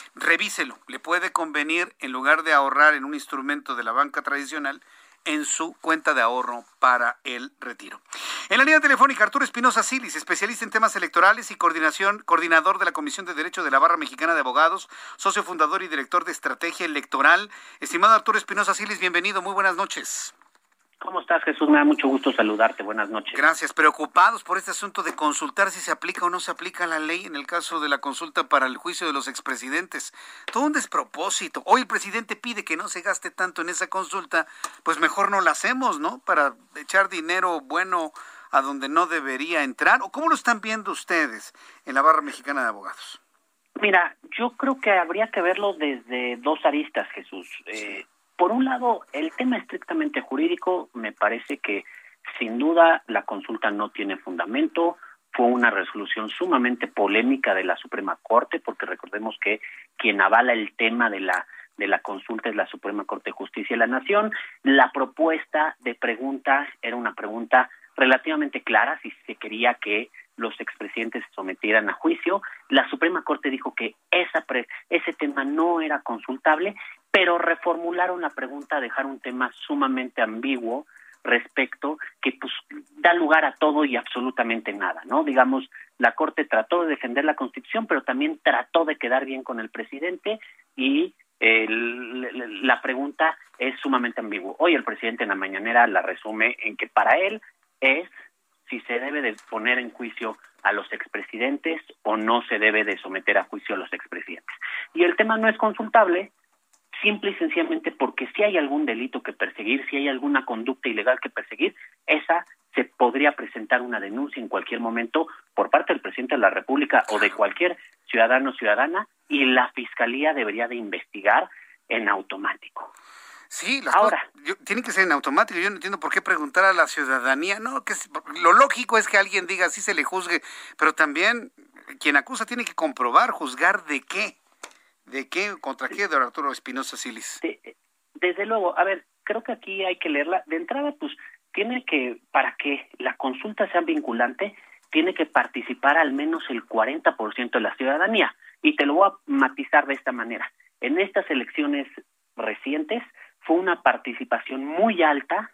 revíselo. Le puede convenir, en lugar de ahorrar en un instrumento de la banca tradicional, en su cuenta de ahorro para el retiro. En la línea telefónica, Arturo Espinosa Silis, especialista en temas electorales y coordinación, coordinador de la Comisión de Derecho de la Barra Mexicana de Abogados, socio fundador y director de Estrategia Electoral. Estimado Arturo Espinosa Silis, bienvenido, muy buenas noches. ¿Cómo estás, Jesús? Me da mucho gusto saludarte. Buenas noches. Gracias. Preocupados por este asunto de consultar si se aplica o no se aplica la ley en el caso de la consulta para el juicio de los expresidentes. Todo un despropósito. Hoy el presidente pide que no se gaste tanto en esa consulta, pues mejor no la hacemos, ¿no? Para echar dinero bueno a donde no debería entrar. ¿O cómo lo están viendo ustedes en la Barra Mexicana de Abogados? Mira, yo creo que habría que verlo desde dos aristas, Jesús. Eh, Por un lado, el tema estrictamente jurídico, me parece que sin duda la consulta no tiene fundamento. Fue una resolución sumamente polémica de la Suprema Corte, porque recordemos que quien avala el tema de la de la consulta es la Suprema Corte de Justicia de la Nación. La propuesta de pregunta era una pregunta relativamente clara, si se quería que los expresidentes se sometieran a juicio. La Suprema Corte dijo que esa pre, ese tema no era consultable, pero reformularon la pregunta a dejar un tema sumamente ambiguo respecto que pues da lugar a todo y absolutamente nada, ¿no? Digamos, la Corte trató de defender la Constitución, pero también trató de quedar bien con el presidente y el, la pregunta es sumamente ambigua. Hoy el presidente en la mañanera la resume en que para él es si se debe de poner en juicio a los expresidentes o no se debe de someter a juicio a los expresidentes. Y el tema no es consultable, simple y sencillamente porque si hay algún delito que perseguir, si hay alguna conducta ilegal que perseguir, esa se podría presentar una denuncia en cualquier momento por parte del presidente de la República o de cualquier ciudadano o ciudadana, y la Fiscalía debería de investigar en automático. Sí, las Ahora, cosas, yo, tienen que ser en automático. Yo no entiendo por qué preguntar a la ciudadanía. No, que es, lo lógico es que alguien diga así se le juzgue, pero también quien acusa tiene que comprobar, juzgar de qué. ¿De qué? ¿Contra qué, don Arturo Espinosa Silis? De, desde luego, a ver, creo que aquí hay que leerla. De entrada, pues, tiene que, para que la consulta sea vinculante, tiene que participar al menos el cuarenta por ciento de la ciudadanía. Y te lo voy a matizar de esta manera. En estas elecciones recientes fue una participación muy alta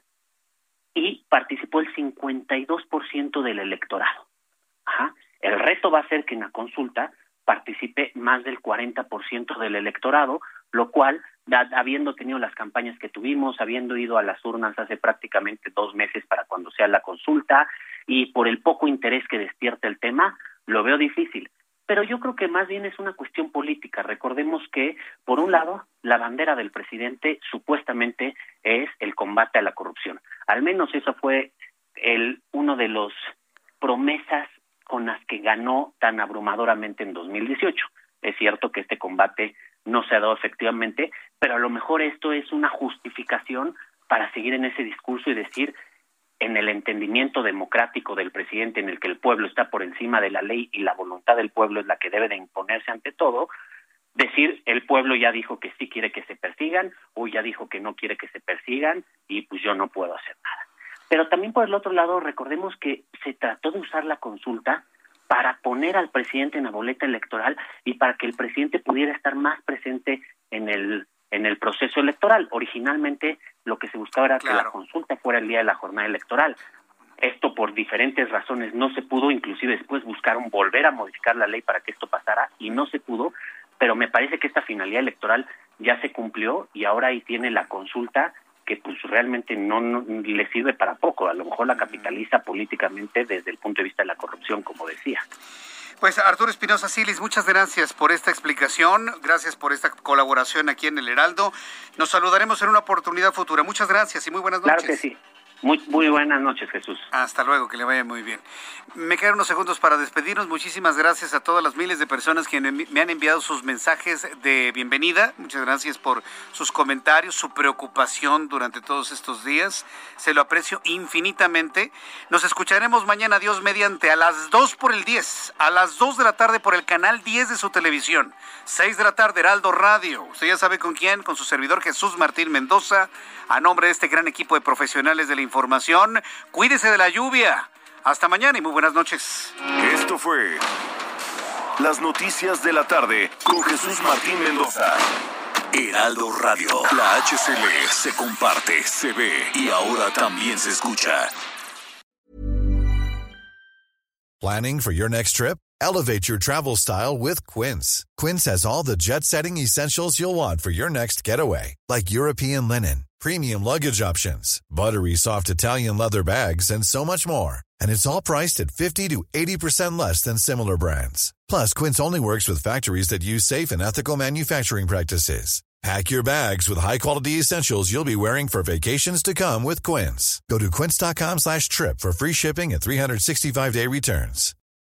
y participó el cincuenta y dos por ciento del electorado. Ajá. El reto va a ser que en la consulta participe más del cuarenta por ciento del electorado, lo cual, da, habiendo tenido las campañas que tuvimos, habiendo ido a las urnas hace prácticamente dos meses para cuando sea la consulta, y por el poco interés que despierta el tema, lo veo difícil. Pero yo creo que más bien es una cuestión política. Recordemos que, por un lado, la bandera del presidente supuestamente es el combate a la corrupción. Al menos eso fue el uno de los promesas con las que ganó tan abrumadoramente en dos mil dieciocho. Es cierto que este combate no se ha dado efectivamente, pero a lo mejor esto es una justificación para seguir en ese discurso y decir, en el entendimiento democrático del presidente, en el que el pueblo está por encima de la ley y la voluntad del pueblo es la que debe de imponerse ante todo, decir, el pueblo ya dijo que sí quiere que se persigan, o ya dijo que no quiere que se persigan, y pues yo no puedo hacer nada. Pero también por el otro lado, recordemos que se trató de usar la consulta para poner al presidente en la boleta electoral y para que el presidente pudiera estar más presente en el en el proceso electoral. Originalmente lo que se buscaba era claro. que la consulta fuera el día de la jornada electoral. Esto por diferentes razones no se pudo, inclusive después buscaron volver a modificar la ley para que esto pasara y no se pudo, pero me parece que esta finalidad electoral ya se cumplió y ahora ahí tiene la consulta que pues realmente no, no le sirve para poco, a lo mejor la capitaliza políticamente desde el punto de vista de la corrupción, como decía. Pues Arturo Espinosa Silis, muchas gracias por esta explicación, gracias por esta colaboración aquí en El Heraldo. Nos saludaremos en una oportunidad futura. Muchas gracias y muy buenas noches. Claro que sí. Muy, muy buenas noches, Jesús. Hasta luego, que le vaya muy bien. Me quedan unos segundos para despedirnos. Muchísimas gracias a todas las miles de personas que me han enviado sus mensajes de bienvenida. Muchas gracias por sus comentarios, su preocupación durante todos estos días. Se lo aprecio infinitamente. Nos escucharemos mañana, Dios mediante, a las dos por el diez, a las dos de la tarde por el canal diez de su televisión, seis de la tarde, Heraldo Radio. Usted ya sabe con quién, con su servidor Jesús Martín Mendoza. A nombre de este gran equipo de profesionales de la información, cuídese de la lluvia. Hasta mañana y muy buenas noches. Esto fue Las noticias de la tarde con Jesús Martín Mendoza. Heraldo Radio. La H C L se comparte, se ve y ahora también se escucha. Planning for your next trip? Elevate your travel style with Quince. Quince has all the jet-setting essentials you'll want for your next getaway, like European linen, premium luggage options, buttery soft Italian leather bags, and so much more. And it's all priced at fifty to eighty percent less than similar brands. Plus, Quince only works with factories that use safe and ethical manufacturing practices. Pack your bags with high-quality essentials you'll be wearing for vacations to come with Quince. Go to quince.com slash trip for free shipping and three sixty-five day returns.